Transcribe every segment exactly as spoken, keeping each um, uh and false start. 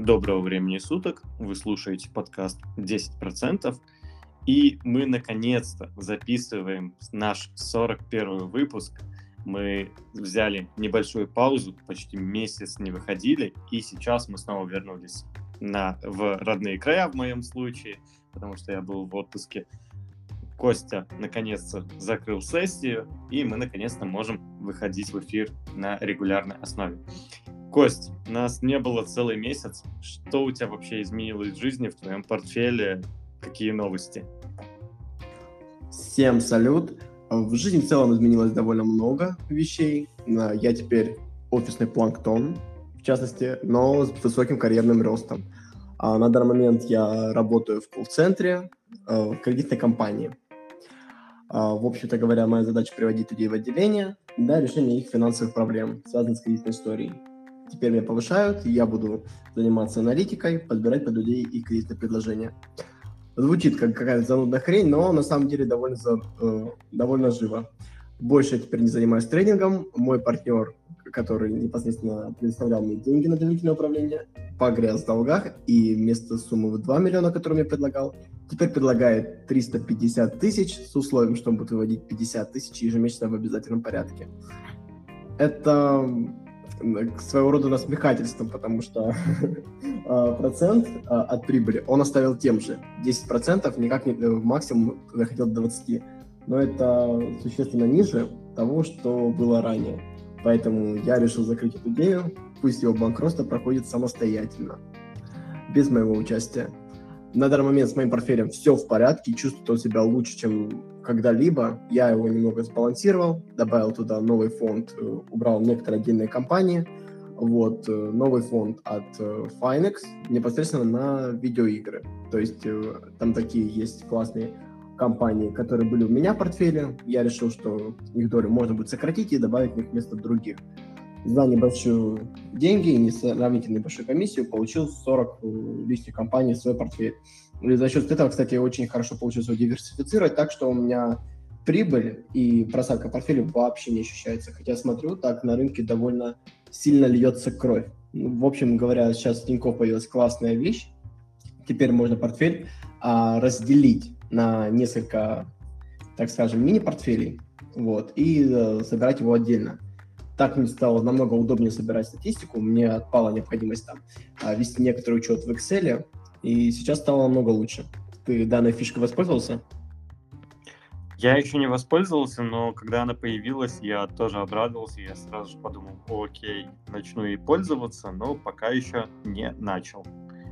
Доброго времени суток, вы слушаете подкаст десять процентов, и мы наконец-то записываем наш сорок первый выпуск. Мы взяли небольшую паузу, почти месяц не выходили, и сейчас мы снова вернулись на, в родные края в моем случае, потому что я был в отпуске. Костя наконец-то закрыл сессию, и мы наконец-то можем выходить в эфир на регулярной основе. Кость, нас не было целый месяц. Что у тебя вообще изменилось в жизни, в твоем портфеле? Какие новости? Всем салют. В жизни в целом изменилось довольно много вещей. Я теперь офисный планктон, в частности, но с высоким карьерным ростом. На данный момент я работаю в колл-центре в кредитной компании. В общем-то говоря, моя задача приводить людей в отделение для решения их финансовых проблем, связанных с кредитной историей. Теперь меня повышают, и я буду заниматься аналитикой, подбирать под людей их кредитные предложения. Звучит как какая-то занудная хрень, но на самом деле довольно, э, довольно живо. Больше я теперь не занимаюсь трейдингом. Мой партнер, который непосредственно предоставлял мне деньги на доверительное управление, погряз в долгах, и вместо суммы в два миллиона, которую мне предлагал, теперь предлагает триста пятьдесят тысяч с условием, что он будет выводить пятьдесят тысяч ежемесячно в обязательном порядке. Это своего рода насмехательством, потому что процент от прибыли он оставил тем же. десять процентов, никак не, максимум захотел до двадцати. Но это существенно ниже того, что было ранее. Поэтому я решил закрыть эту идею, пусть его банкротство проходит самостоятельно, без моего участия. На данный момент с моим портфелем все в порядке, чувствую себя лучше, чем когда-либо. Я его немного сбалансировал, добавил туда новый фонд, убрал некоторые отдельные компании. Вот, новый фонд от Finex непосредственно на видеоигры. То есть там такие есть классные компании, которые были у меня в портфеле. Я решил, что их долю можно будет сократить и добавить в них вместо других. За небольшие деньги и несравнительно небольшую комиссию получил сорок лишних компаний в свой портфель. И за счет этого, кстати, очень хорошо получилось его диверсифицировать, так что у меня прибыль и просадка портфеля вообще не ощущается. Хотя смотрю, так на рынке довольно сильно льется кровь. В общем говоря, сейчас в Тинькофф появилась классная вещь. Теперь можно портфель а, разделить на несколько, так скажем, мини-портфелей, вот, и а, собирать его отдельно. Так мне стало намного удобнее собирать статистику, мне отпала необходимость там вести некоторый учет в Excel, и сейчас стало намного лучше. Ты данной фишкой воспользовался? Я еще не воспользовался, но когда она появилась, я тоже обрадовался, я сразу же подумал, окей, начну ей пользоваться, но пока еще не начал.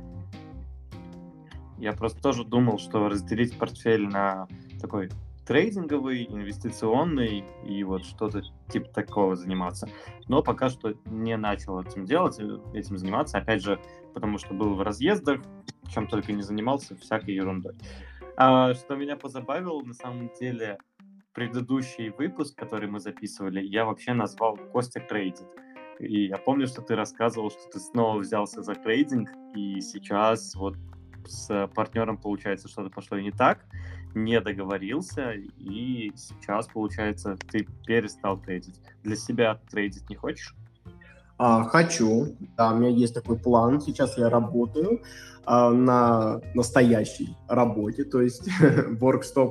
Я просто тоже думал, что разделить портфель на такой трейдинговый, инвестиционный и вот что-то типа такого заниматься. Но пока что не начал этим делать, этим заниматься. Опять же, потому что был в разъездах, чем только не занимался, всякой ерундой. А что меня позабавило, на самом деле, предыдущий выпуск, который мы записывали, я вообще назвал «Костя трейдит». И я помню, что ты рассказывал, что ты снова взялся за трейдинг, и сейчас вот с партнером, получается, что-то пошло не так, не договорился, и сейчас, получается, ты перестал трейдить. Для себя трейдить не хочешь? А, хочу, да, у меня есть такой план. Сейчас я работаю а, на настоящей работе, то есть workstop.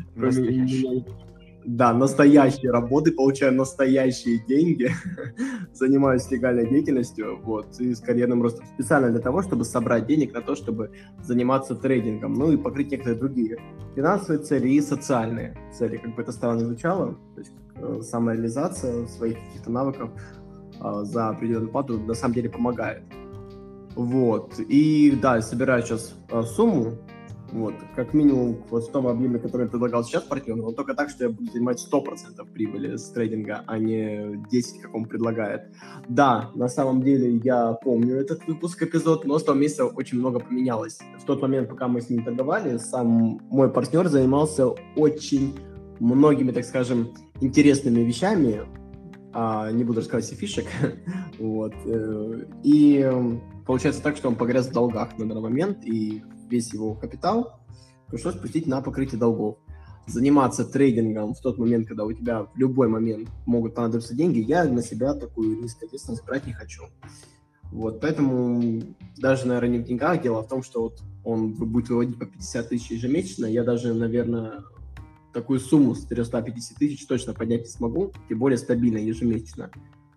Да, настоящие работы, получаю настоящие деньги, занимаюсь легальной деятельностью, вот, и с карьерным ростом специально для того, чтобы собрать денег на то, чтобы заниматься трейдингом, ну и покрыть некоторые другие финансовые цели и социальные цели, как бы это странно звучало, то есть э, самореализация своих каких-то навыков э, за определенную плату на самом деле помогает. Вот, и да, собираю сейчас э, сумму. Вот, как минимум, вот в том объеме, который я предлагал сейчас партнеру, но только так, что я буду занимать сто процентов прибыли с трейдинга, а не десять процентов, как он предлагает. Да, на самом деле я помню этот выпуск, эпизод, но с того месяца очень много поменялось. В тот момент, пока мы с ним торговали, сам мой партнер занимался очень многими, так скажем, интересными вещами, а, не буду рассказывать все фишек, вот, и получается так, что он погряз в долгах на данный момент, и весь его капитал пришлось пустить на покрытие долгов. Заниматься трейдингом в тот момент, когда у тебя в любой момент могут понадобиться деньги, я на себя такую риск ответственность брать не хочу. Вот, поэтому даже, наверное, не в деньгах дело, а в том, что вот он будет выводить по пятьдесят тысяч ежемесячно. Я даже, наверное, такую сумму с триста пятьдесят тысяч точно поднять не смогу, тем более стабильно ежемесячно.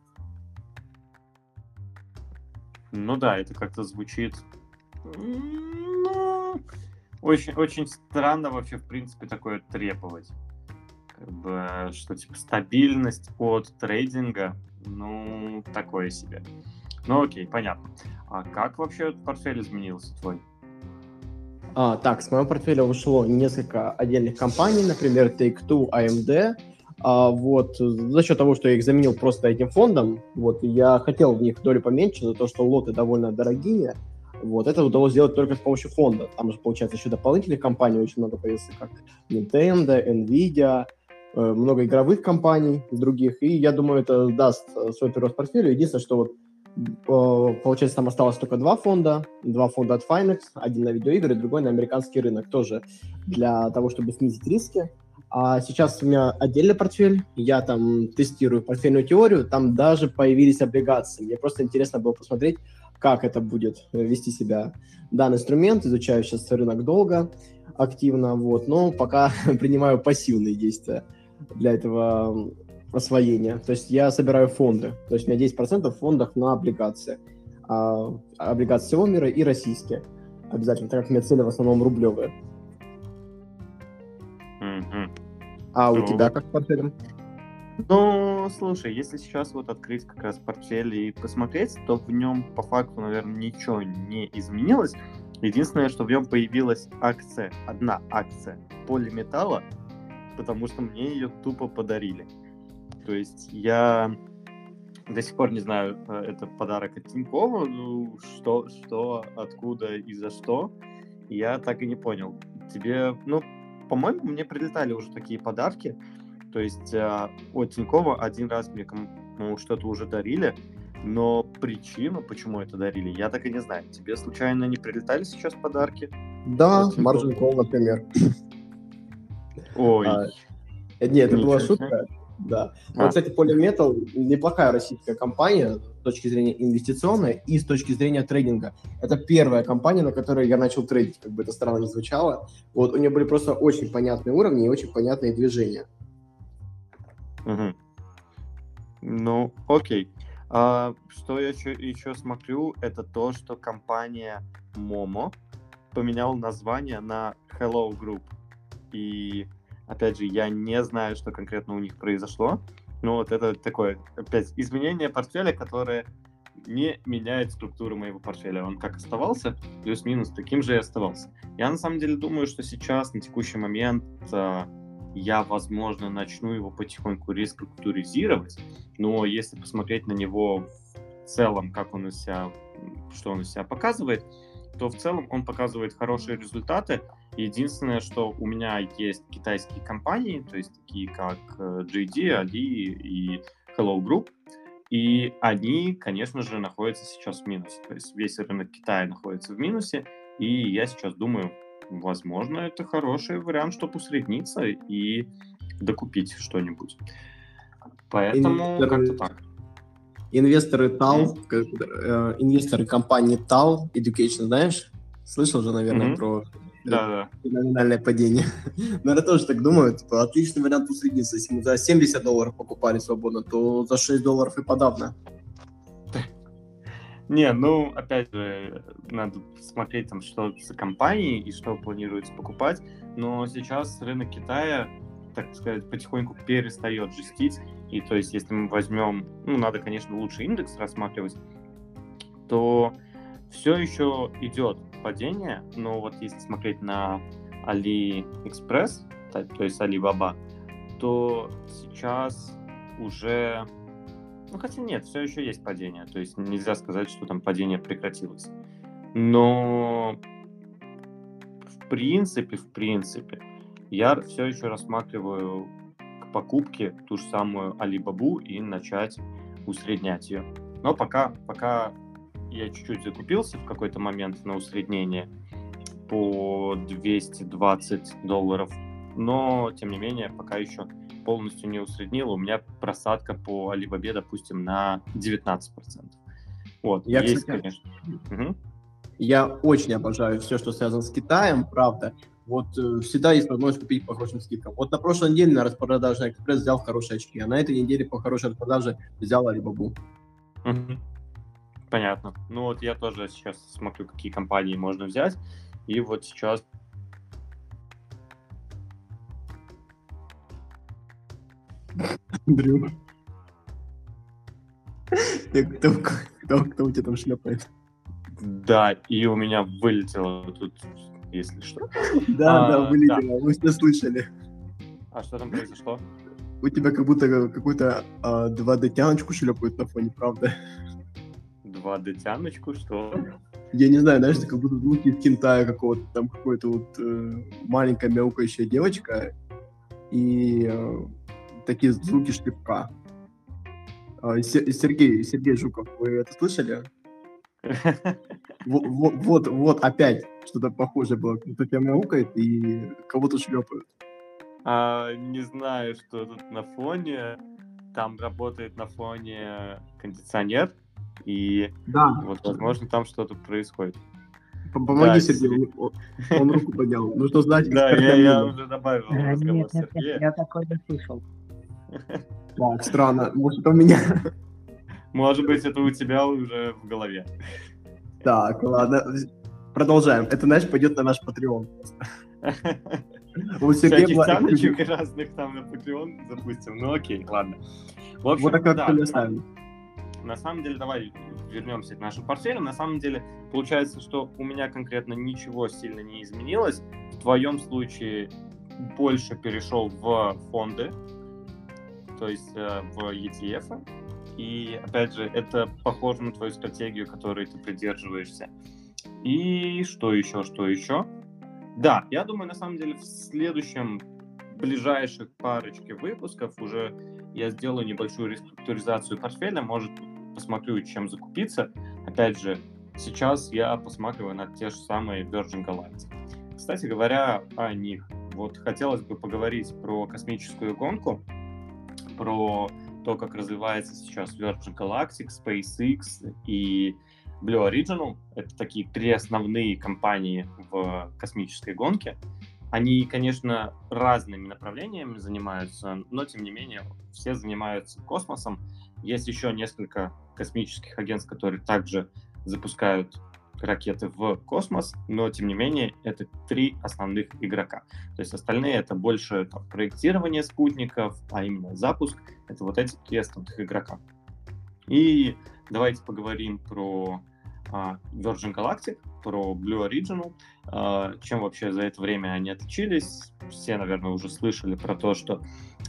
Ну да, это как-то звучит, ну, очень, очень странно вообще, в принципе, такое требовать. Как бы, что типа стабильность от трейдинга, ну, такое себе. Ну окей, понятно. А как вообще портфель изменился твой? А, так, с моего портфеля ушло несколько отдельных компаний, например, Take-Two, эй эм ди. А, вот, за счет того, что я их заменил просто этим фондом, вот, я хотел в них долю поменьше, за то, что лоты довольно дорогие. Вот, это удалось сделать только с помощью фонда. Там же, получается, еще дополнительных компаний очень много появилось, как Nintendo, Nvidia, э, много игровых компаний других. И я думаю, это даст э, свой прирост портфелю. Единственное, что вот получается, там осталось только два фонда. Два фонда от Finex, один на видеоигры, другой на американский рынок, тоже для того, чтобы снизить риски. А сейчас у меня отдельный портфель, я там тестирую портфельную теорию, там даже появились облигации. Мне просто интересно было посмотреть, как это будет вести себя данный инструмент. Изучаю сейчас рынок долга активно, вот, но пока принимаю пассивные действия для этого освоения. То есть я собираю фонды. То есть у меня десять процентов в фондах на облигации. А, облигации всего мира и российские. Обязательно, так как у меня цели в основном рублевые. Мгм. А у Ну, тебя как с портфелем? Ну, слушай, если сейчас вот открыть как раз портфель и посмотреть, то в нем по факту, наверное, ничего не изменилось. Единственное, что в нем появилась акция, одна акция полиметалла, потому что мне ее тупо подарили. То есть я до сих пор не знаю, э, это подарок от Тинькова, ну, что, что, откуда и за что, я так и не понял. Тебе, ну, по-моему, мне прилетали уже такие подарки, то есть э, от Тинькова один раз мне кому что-то уже дарили, но причину, почему это дарили, я так и не знаю. Тебе случайно не прилетали сейчас подарки Да, от Тинькова? Margin Call, например. Ой, А, э, не, это была ничего себе. шутка. Да. Но, А, кстати, Polymetal неплохая российская компания с точки зрения инвестиционной и с точки зрения трейдинга. Это первая компания, на которой я начал трейдить, как бы это странно не звучало. Вот у нее были просто очень понятные уровни и очень понятные движения. угу. Ну, окей. А, что я еще, еще смотрю, это то, что компания Momo поменяла название на Hello Group. И, опять же, я не знаю, что конкретно у них произошло, но вот это такое, опять, изменение портфеля, которое не меняет структуру моего портфеля. Он как оставался, плюс-минус таким же и оставался. Я на самом деле думаю, что сейчас, на текущий момент, а, я, возможно, начну его потихоньку реструктуризировать, но если посмотреть на него в целом, как он из себя, что он из себя показывает, то в целом он показывает хорошие результаты. Единственное, что у меня есть китайские компании, то есть такие как джей ди, Али и Hello Group, и они, конечно же, находятся сейчас в минусе. То есть весь рынок Китая находится в минусе, и я сейчас думаю, возможно, это хороший вариант, чтобы усредниться и докупить что-нибудь. Поэтому как-то Инвесторы, так. инвесторы М? тал, как, э, инвесторы компании тал Education, знаешь? Слышал же, наверное, Мгм. про Да-да. феноменальное падение. Наверное, тоже так думают. Типа, отличный вариант усредниться. Если мы за семьдесят долларов покупали свободно, то за шесть долларов и подавно. Не, ну, опять же, надо смотреть, там, что за компании и что планируется покупать. Но сейчас рынок Китая, так сказать, потихоньку перестает жестить. И то есть, если мы возьмем, ну, надо, конечно, лучше индекс рассматривать, то все еще идет падение. Но вот если смотреть на AliExpress, та- то есть Alibaba, то сейчас уже... Ну, хотя нет, все еще есть падение. То есть нельзя сказать, что там падение прекратилось. Но в принципе, в принципе, я все еще рассматриваю к покупке ту же самую Alibaba и начать усреднять ее. Но пока, пока я чуть-чуть закупился в какой-то момент на усреднение по двести двадцать долларов, но, тем не менее, пока еще полностью не усреднил. У меня просадка по Alibaba, допустим, на девятнадцать процентов. Вот, Я, есть, кстати, конечно. Мгм. я очень обожаю все, что связано с Китаем, правда. Вот э, всегда есть возможность купить по хорошим скидкам. Вот на прошлой неделе на распродаже на Экспресс взял хорошие очки, а на этой неделе по хорошей распродаже взял Алибабу. Мгм. Понятно. Ну вот я тоже сейчас смотрю, какие компании можно взять. И вот сейчас Дрю, ты- кто, кто, кто у тебя там шлепает? да, и у меня вылетело тут, если что. Да, да, А, да. вылетело, вы все слышали. А что там произошло? У тебя как будто какую-то а, два дэ-тяночку шлепают на фоне, правда? два дэ-тяночку, что? Я не знаю, знаешь, это как будто звуки из Кентая какого-то, там какой-то вот э, маленькая мяукающая девочка и э, такие звуки шлепка. А, Се- Сергей, Сергей Жуков, вы это слышали? Во- во- Вот, вот, опять что-то похожее было. Кто-то тебя мяукает и кого-то шлепают. А, не знаю, что тут на фоне. Там работает на фоне кондиционер, и Да, вот, возможно, там что-то происходит. п- помоги Да, Сергею, он, он руку поднял. Нужно знать да, я, экспертное я мнение. уже добавил в Э, разговор Нет, нет, нет, Сергея. я такое не слышал. Так, странно, может это у меня? Может быть, это у тебя уже в голове. Так, ладно, продолжаем. Это, знаешь, пойдет на наш Patreon. У Сергея Всяких была тяночек эксклюзив. разных там на Patreon запустим. Ну окей, ладно. В Вот общем, такая да, актуальная на самом- ставим. на самом деле, давай вернемся к нашим портфелям. На самом деле, получается, что у меня конкретно ничего сильно не изменилось. В твоем случае больше перешел в фонды, то есть э, в и ти эф. И, опять же, это похоже на твою стратегию, которой ты придерживаешься. И что еще, что еще? Да, я думаю, на самом деле, в следующем, ближайших парочке выпусков уже я сделаю небольшую реструктуризацию портфеля, может, посмотрю, чем закупиться. Опять же, сейчас я посматриваю на те же самые Virgin Galactic. Кстати говоря, о них. Вот хотелось бы поговорить про космическую гонку, про то, как развивается сейчас Virgin Galactic, SpaceX и Blue Origin. Это такие три основные компании в космической гонке. Они, конечно, разными направлениями занимаются, но, тем не менее, все занимаются космосом. Есть еще несколько космических агентств, которые также запускают ракеты в космос, но, тем не менее, это три основных игрока. То есть остальные — это больше там, проектирование спутников, а именно запуск — это вот эти три основных игрока. И давайте поговорим про а, Virgin Galactic, про Blue Origin, а, чем вообще за это время они отличились. Все, наверное, уже слышали про то, что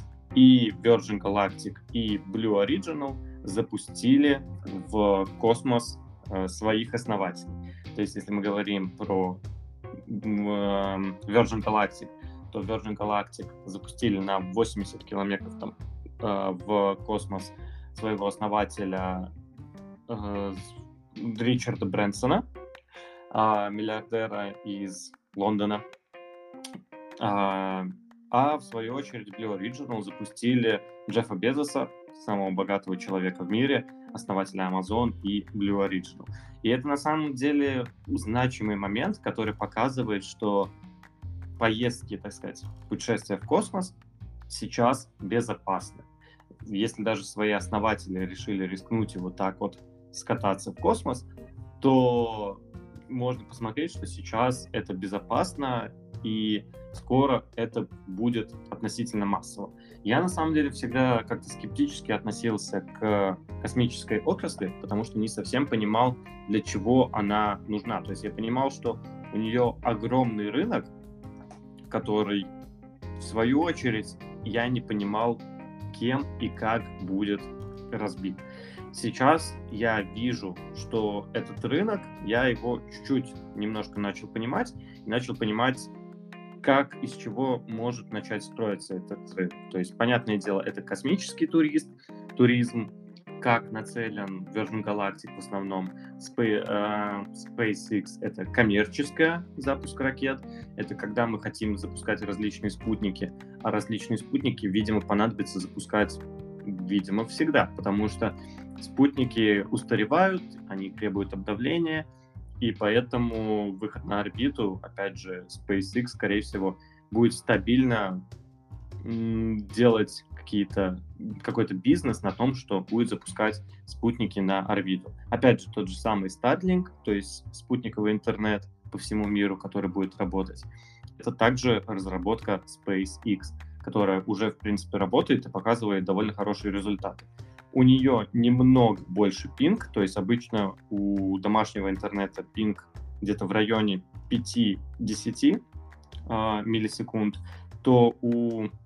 и Virgin Galactic, и Blue Origin запустили в космос э, своих основателей. То есть, если мы говорим про э, Virgin Galactic, то Virgin Galactic запустили на восемьдесят километров там, э, в космос своего основателя э, Ричарда Брэнсона, э, миллиардера из Лондона. А, а в свою очередь Blue Origin запустили Джеффа Безоса, самого богатого человека в мире, основателя Amazon и Blue Origin. И это на самом деле значимый момент, который показывает, что поездки, так сказать, путешествия в космос сейчас безопасны. Если даже свои основатели решили рискнуть и вот так вот скататься в космос, то можно посмотреть, что сейчас это безопасно, и скоро это будет относительно массово. Я, на самом деле, всегда как-то скептически относился к космической отрасли, потому что не совсем понимал, для чего она нужна. То есть я понимал, что у нее огромный рынок, который, в свою очередь, я не понимал, кем и как будет разбит. Сейчас я вижу, что этот рынок, я его чуть-чуть немножко начал понимать, и начал понимать, как, из чего может начать строиться этот рынок. То есть, понятное дело, это космический турист, туризм, как нацелен Virgin Galactic в основном. Spa- э, SpaceX — это коммерческая запуск ракет, это когда мы хотим запускать различные спутники, а различные спутники, видимо, понадобится запускать Видимо, всегда, потому что спутники устаревают, они требуют обновления, и поэтому выход на орбиту, опять же, SpaceX, скорее всего, будет стабильно м, делать какие-то, какой-то бизнес на том, что будет запускать спутники на орбиту. Опять же, тот же самый Starlink, то есть спутниковый интернет по всему миру, который будет работать. Это также разработка SpaceX, которая уже, в принципе, работает и показывает довольно хорошие результаты. У нее немного больше пинг, то есть обычно у домашнего интернета пинг где-то в районе пять-десять э, миллисекунд, то у э,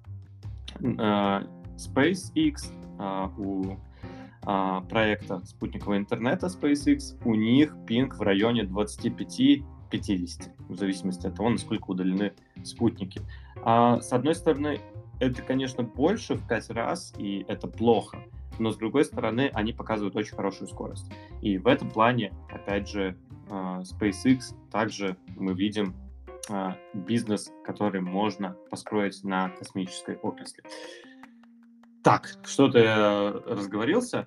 SpaceX, э, у э, проекта спутникового интернета SpaceX, у них пинг в районе двадцать пять-пятьдесят, в зависимости от того, насколько удалены спутники. А, с одной стороны, это, конечно, больше в пять раз, и это плохо, но с другой стороны, они показывают очень хорошую скорость. И в этом плане, опять же, SpaceX также мы видим бизнес, который можно построить на космической отрасли. Так, что-то я разговорился.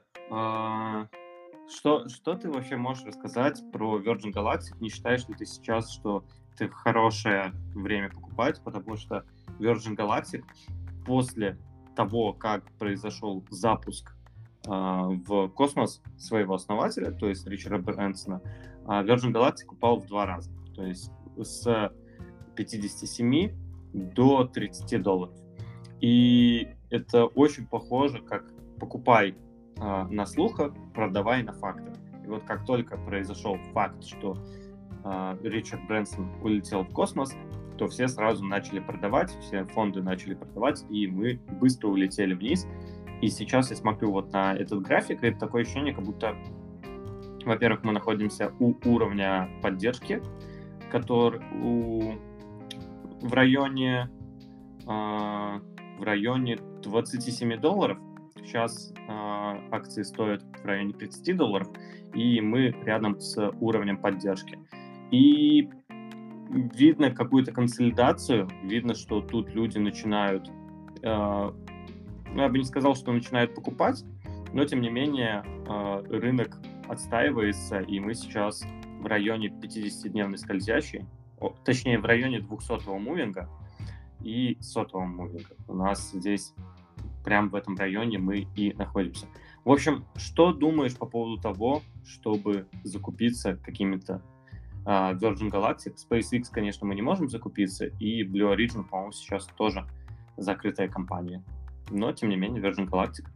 Что, что ты вообще можешь рассказать про Virgin Galactic? Не считаешь ли ты сейчас, что это хорошее время покупать? Потому что Virgin Galactic после того, как произошел запуск э, в космос своего основателя, то есть Ричарда Брэнсона, э, Virgin Galactic упал в два раза. То есть с пятидесяти семи до тридцати долларов. И это очень похоже, как покупай э, на слухах, продавай на фактах. И вот как только произошел факт, что э, Ричард Брэнсон улетел в космос, то все сразу начали продавать, все фонды начали продавать, и мы быстро улетели вниз. И сейчас я смотрю вот на этот график, и такое ощущение, как будто, во-первых, мы находимся у уровня поддержки, который у, в районе э, в районе двадцати семи долларов. Сейчас э, акции стоят в районе тридцати долларов, и мы рядом с уровнем поддержки. И видно какую-то консолидацию, видно, что тут люди начинают, э, я бы не сказал, что начинают покупать, но тем не менее э, рынок отстаивается, и мы сейчас в районе пятидесятидневной скользящей, о, точнее в районе двухсотого мувинга и сотого мувинга. У нас здесь прямо в этом районе мы и находимся. В общем, что думаешь по поводу того, чтобы закупиться какими-то uh, Virgin Galactic? SpaceX, конечно, мы не можем закупиться, и Blue Origin, по-моему, сейчас тоже закрытая компания. Но, тем не менее, Virgin Galactic.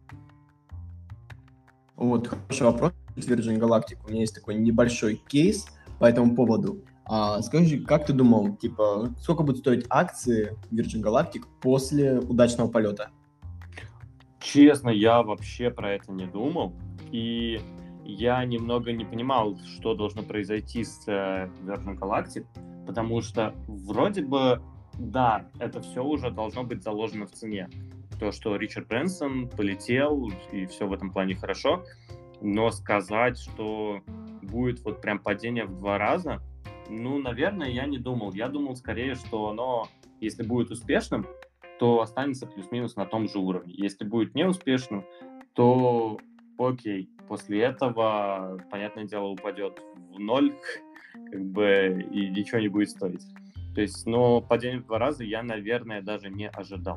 Вот, хороший вопрос. Virgin Galactic. У меня есть такой небольшой кейс по этому поводу. А, скажи, как ты думал, типа, сколько будет стоить акции Virgin Galactic после удачного полета? Честно, я вообще про это не думал, и я немного не понимал, что должно произойти с Virgin Galactic, потому что вроде бы, да, это все уже должно быть заложено в цене. То, что Ричард Брэнсон полетел, и все в этом плане хорошо, но сказать, что будет вот прям падение в два раза, ну, наверное, я не думал. Я думал скорее, что оно, если будет успешным, то останется плюс-минус на том же уровне. Если будет неуспешным, то окей, после этого, понятное дело, упадет в ноль, как бы, и ничего не будет стоить. То есть, но падение в два раза я, наверное, даже не ожидал.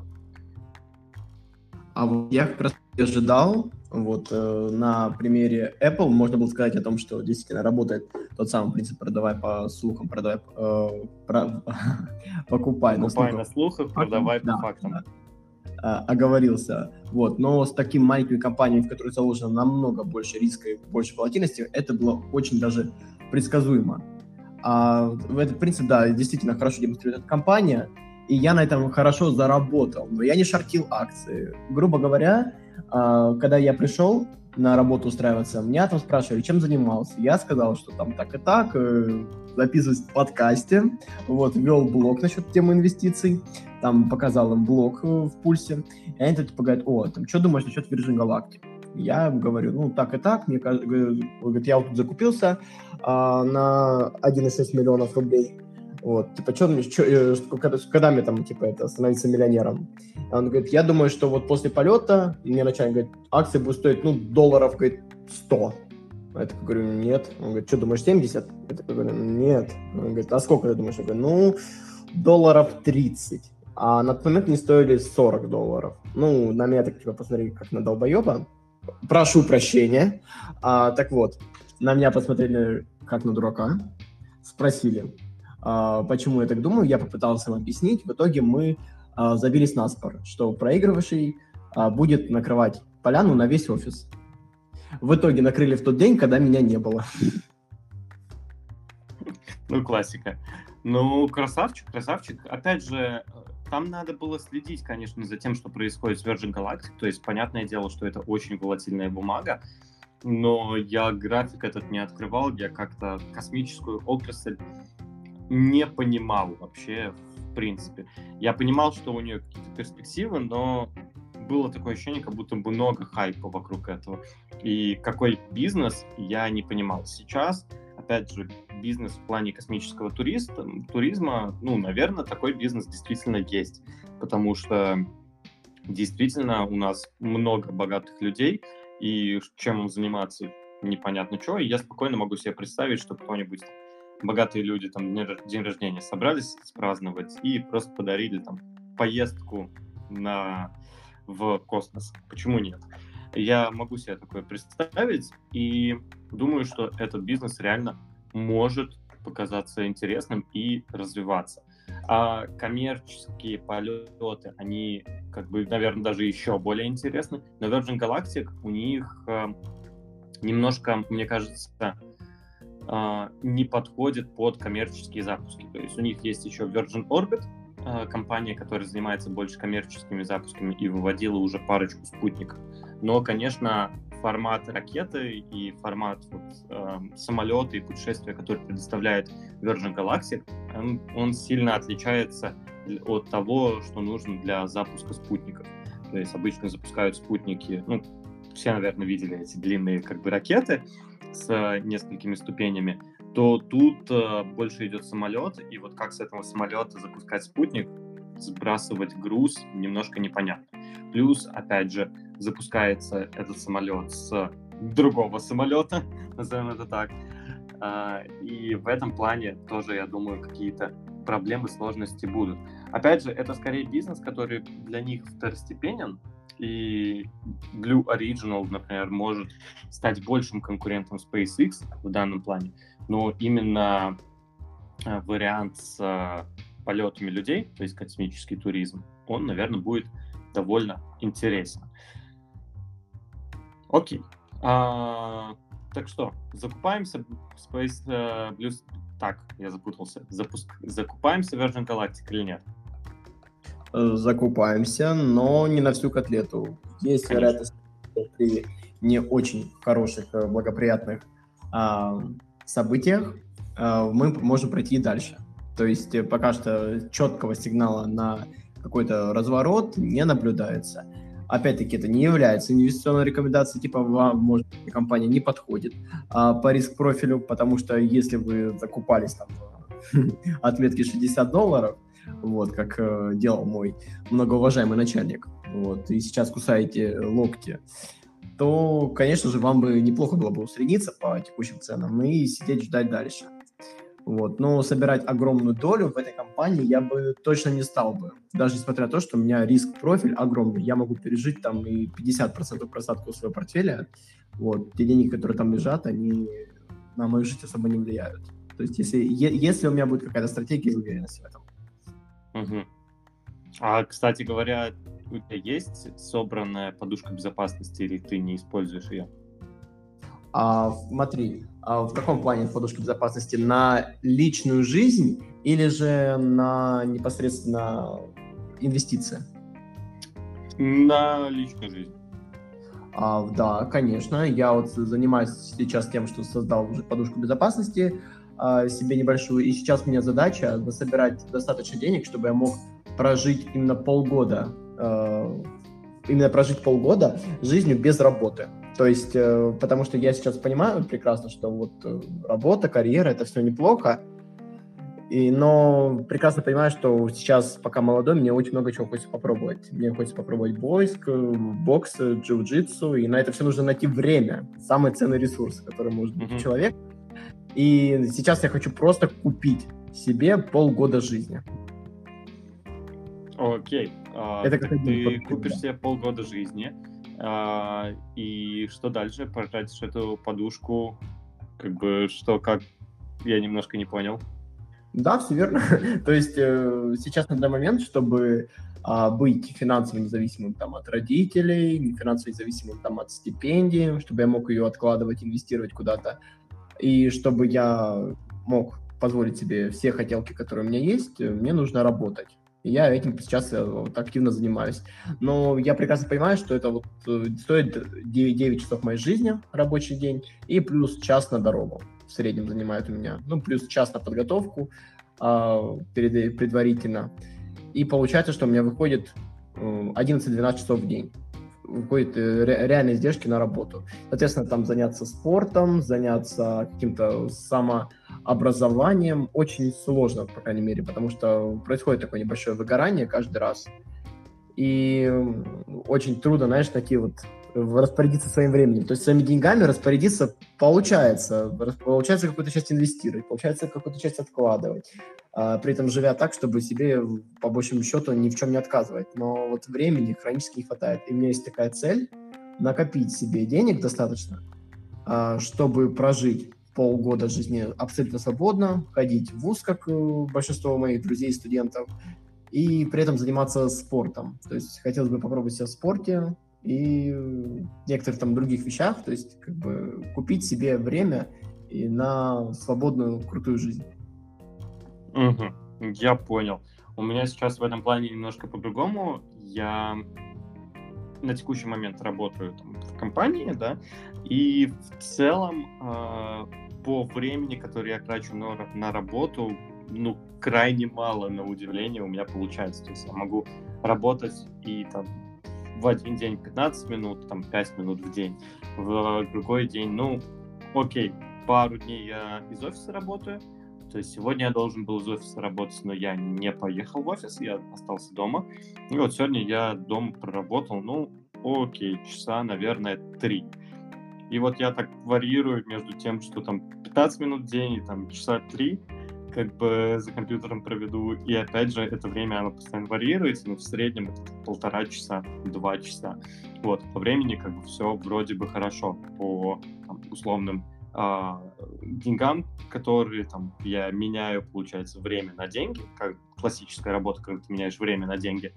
А вот я как раз ожидал, вот э, на примере Apple можно было сказать о том, что действительно работает тот самый принцип «продавай по слухам, продавай, э, про, покупай на слухах». Покупай на слухах, продавай по да, фактам. Да. А, оговорился. Вот. Но с такими маленькими компаниями, в которых заложено намного больше риска и больше волатильности, это было очень даже предсказуемо. А в этот принцип, да, действительно хорошо демонстрирует эта компания, и я на этом хорошо заработал, но я не шортил акции. Грубо говоря, когда я пришел на работу устраиваться, меня там спрашивали, чем занимался. Я сказал, что там так и так, записываюсь в подкасте, вот, вел блог насчет темы инвестиций, там показал им блог в Пульсе, и они типа говорят, о, там, что думаешь насчет Virgin Galactic? Я говорю, ну, так и так, мне кажется, говорит, я вот тут закупился а, на один целых шесть десятых миллионов рублей, Вот, типа, чё, чё, э, когда, когда мне там, типа, это, становиться миллионером? Он говорит, я думаю, что вот после полета, мне начальник говорит, акции будут стоить, ну, долларов, говорит, сто. Я такой говорю, нет. Он говорит, что, думаешь, семьдесят? Я такой говорю, нет. Он говорит, а сколько ты думаешь? Я говорю, ну, долларов тридцать. А на тот момент не стоили сорок долларов. Ну, на меня так, типа, посмотрели, как на долбоеба. Прошу прощения. А, так вот, на меня посмотрели, как на дурака. Спросили, а, почему я так думаю. Я попытался им объяснить. В итоге мы а, забились на спор, что проигрывающий а, будет накрывать поляну на весь офис. В итоге накрыли в тот день, когда меня не было. Ну, классика. Ну, красавчик, красавчик. Опять же, там надо было следить, конечно, за тем, что происходит с Virgin Galactic. То есть, понятное дело, что это очень волатильная бумага, но я график этот не открывал, я как-то космическую отрасль не понимал вообще, в принципе. Я понимал, что у нее какие-то перспективы, но было такое ощущение, как будто бы много хайпа вокруг этого. И какой бизнес, я не понимал. Сейчас, опять же, бизнес в плане космического туриста, туризма, ну, наверное, такой бизнес действительно есть. Потому что действительно у нас много богатых людей, и чем им заниматься, непонятно что. И я спокойно могу себе представить, что кто-нибудь, богатые люди, там, день рождения собрались праздновать и просто подарили там поездку на... в космос. Почему нет? Я могу себе такое представить, и думаю, что этот бизнес реально может показаться интересным и развиваться. А коммерческие полеты, они, как бы, наверное, даже еще более интересны. На Virgin Galactic у них э, немножко, мне кажется, э, не подходит под коммерческие запуски. То есть у них есть еще Virgin Orbit, компания, которая занимается больше коммерческими запусками и выводила уже парочку спутников. Но, конечно, формат ракеты и формат вот, э, самолета и путешествия, который предоставляет Virgin Galactic, он, он сильно отличается от того, что нужно для запуска спутников. То есть обычно запускают спутники, ну, все, наверное, видели эти длинные как бы ракеты с э, несколькими ступенями, то тут э, больше идет самолет, и вот как с этого самолета запускать спутник, сбрасывать груз, немножко непонятно. Плюс, опять же, запускается этот самолет с другого самолета, назовем это так, э, и в этом плане тоже, я думаю, какие-то проблемы, сложности будут. Опять же, это скорее бизнес, который для них второстепенен, и Blue Original, например, может стать большим конкурентом SpaceX в данном плане, но именно э, вариант с э, полетами людей, то есть космический туризм, он, наверное, будет довольно интересен. Окей. А, так что, закупаемся Space э, Blue... Так, я запутался. Запуск... Закупаемся Virgin Galactic или нет? Закупаемся, но не на всю котлету. Есть Конечно. вероятность, что при не очень хороших, благоприятных а, событиях а, мы можем пройти дальше. То есть пока что четкого сигнала на какой-то разворот не наблюдается. Опять-таки, это не является инвестиционной рекомендацией, типа вам, может, компания не подходит а, по риск-профилю, потому что если вы закупались там отметки шестьдесят долларов, вот, как э, делал мой многоуважаемый начальник, вот, и сейчас кусаете локти, то, конечно же, вам бы неплохо было бы усредниться по текущим ценам и сидеть ждать дальше. Вот. Но собирать огромную долю в этой компании я бы точно не стал бы. Даже несмотря на то, что у меня риск-профиль огромный. Я могу пережить там и пятьдесят процентов просадку своего портфеля. Вот. Те деньги, которые там лежат, они на мою жизнь особо не влияют. То есть если, е- если у меня будет какая-то стратегия и уверенность в этом. Угу. А, кстати говоря, у тебя есть собранная подушка безопасности или ты не используешь ее? А, смотри, а в каком плане подушка безопасности? На личную жизнь или же на непосредственно инвестиции? На личную жизнь. А, да, конечно. Я вот занимаюсь сейчас тем, что создал уже подушку безопасности а, себе небольшую, и сейчас у меня задача насобирать достаточно денег, чтобы я мог прожить именно полгода, а, именно прожить полгода жизнью без работы. То есть, э, потому что я сейчас понимаю прекрасно, что вот э, работа, карьера — это все неплохо, И, но прекрасно понимаю, что сейчас, пока молодой, мне очень много чего хочется попробовать. Мне хочется попробовать бойск, бокс, джиу-джитсу, и на это все нужно найти время. Самый ценный ресурс, который может быть у Мгм. человека. И сейчас я хочу просто купить себе полгода жизни. Окей. А, Это как так один ты подход, купишь да. себе полгода жизни, а, и что дальше? Потратишь эту подушку, как бы, что, как? Я немножко не понял. Да, все верно. То есть э, сейчас на данный момент, чтобы а, быть финансово независимым там, от родителей, финансово независимым там, от стипендии, чтобы я мог ее откладывать, инвестировать куда-то, и чтобы я мог позволить себе все хотелки, которые у меня есть, э, мне нужно работать. И я этим сейчас э, вот активно занимаюсь. Но я прекрасно понимаю, что это вот э, стоит девять, девять часов моей жизни, рабочий день, и плюс час на дорогу в среднем занимает у меня. Ну, плюс час на подготовку а, перед, предварительно. И получается, что у меня выходит э, одиннадцать-двенадцать часов в день. Выходит э, ре- реальные издержки на работу. Соответственно, там заняться спортом, заняться каким-то самообразованием очень сложно, по крайней мере, потому что происходит такое небольшое выгорание каждый раз. И м, очень трудно, знаешь, такие вот э, распорядиться своим временем. То есть своими деньгами распорядиться получается. Рас- Получается какую-то часть инвестировать, получается какую-то часть откладывать. А, при этом живя так, чтобы себе, в- по большему счету, ни в чем не отказывать. Но вот времени хронически не хватает. И у меня есть такая цель — накопить себе денег достаточно, а, чтобы прожить полгода жизни абсолютно свободно, ходить в вуз, как э, большинство моих друзей и студентов, и при этом заниматься спортом. То есть хотелось бы попробовать себя в спорте и в некоторых там других вещах, то есть как бы купить себе время и на свободную, крутую жизнь. Мгм. Я понял. У меня сейчас в этом плане немножко по-другому. Я на текущий момент работаю там в компании, да, и в целом а, по времени, которое я трачу на, ра- на работу, ну, крайне мало, на удивление, у меня получается. То есть я могу работать и там в один день пятнадцать минут, там пять минут в день, в другой день, ну, окей, пару дней я из офиса работаю, то есть сегодня я должен был из офиса работать, но я не поехал в офис, я остался дома. И вот сегодня я дома проработал, ну, окей, часа, наверное, три. И вот я так варьирую между тем, что там пятнадцать минут в день и там часа три как бы за компьютером проведу. И опять же, это время, оно постоянно варьируется, но в среднем это полтора часа, два часа. Вот, по времени как бы все вроде бы хорошо по там, условным а, деньгам, которые там я меняю, получается, время на деньги, как классическая работа, когда ты меняешь время на деньги.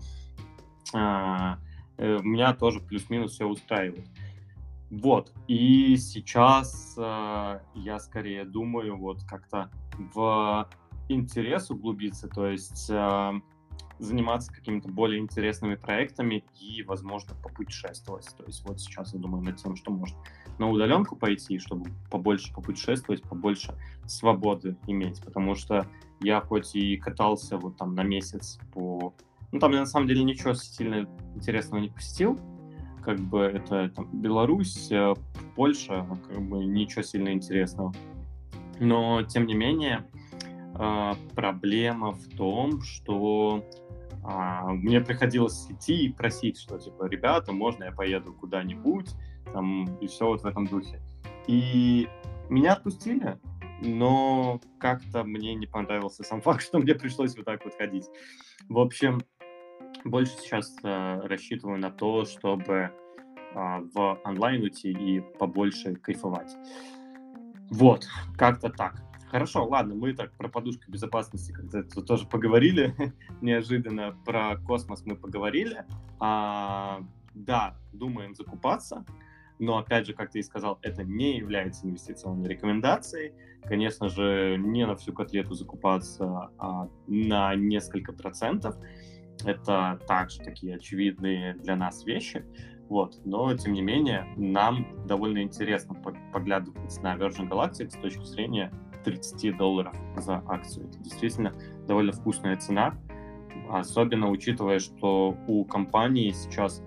А, э, меня тоже плюс-минус все устраивает. Вот, и сейчас а, я скорее думаю вот как-то в интерес углубиться, то есть а, заниматься какими-то более интересными проектами и, возможно, попутешествовать. То есть вот сейчас я думаю над тем, что может на удаленку пойти, чтобы побольше попутешествовать, побольше свободы иметь, потому что я хоть и катался вот там на месяц по... Ну, там я на самом деле ничего сильно интересного не посетил, как бы это там, Беларусь, э, Польша, как бы ничего сильно интересного. Но, тем не менее, а, проблема в том, что а, мне приходилось идти и просить, что, типа, ребята, можно я поеду куда-нибудь, там, и все вот в этом духе. И меня отпустили, но как-то мне не понравился сам факт, что мне пришлось вот так вот ходить. В общем, больше сейчас э, рассчитываю на то, чтобы а, в онлайн уйти и побольше кайфовать. Вот, как-то так. Хорошо, ладно, мы так про подушку безопасности как-то тут тоже поговорили. Неожиданно про космос мы поговорили. А, да, думаем закупаться. Но, опять же, как ты и сказал, это не является инвестиционной рекомендацией. Конечно же, не на всю котлету закупаться, а на несколько процентов. Это также такие очевидные для нас вещи. Вот. Но, тем не менее, нам довольно интересно поглядывать на Virgin Galactic с точки зрения тридцать долларов за акцию. Это действительно довольно вкусная цена, особенно учитывая, что у компании сейчас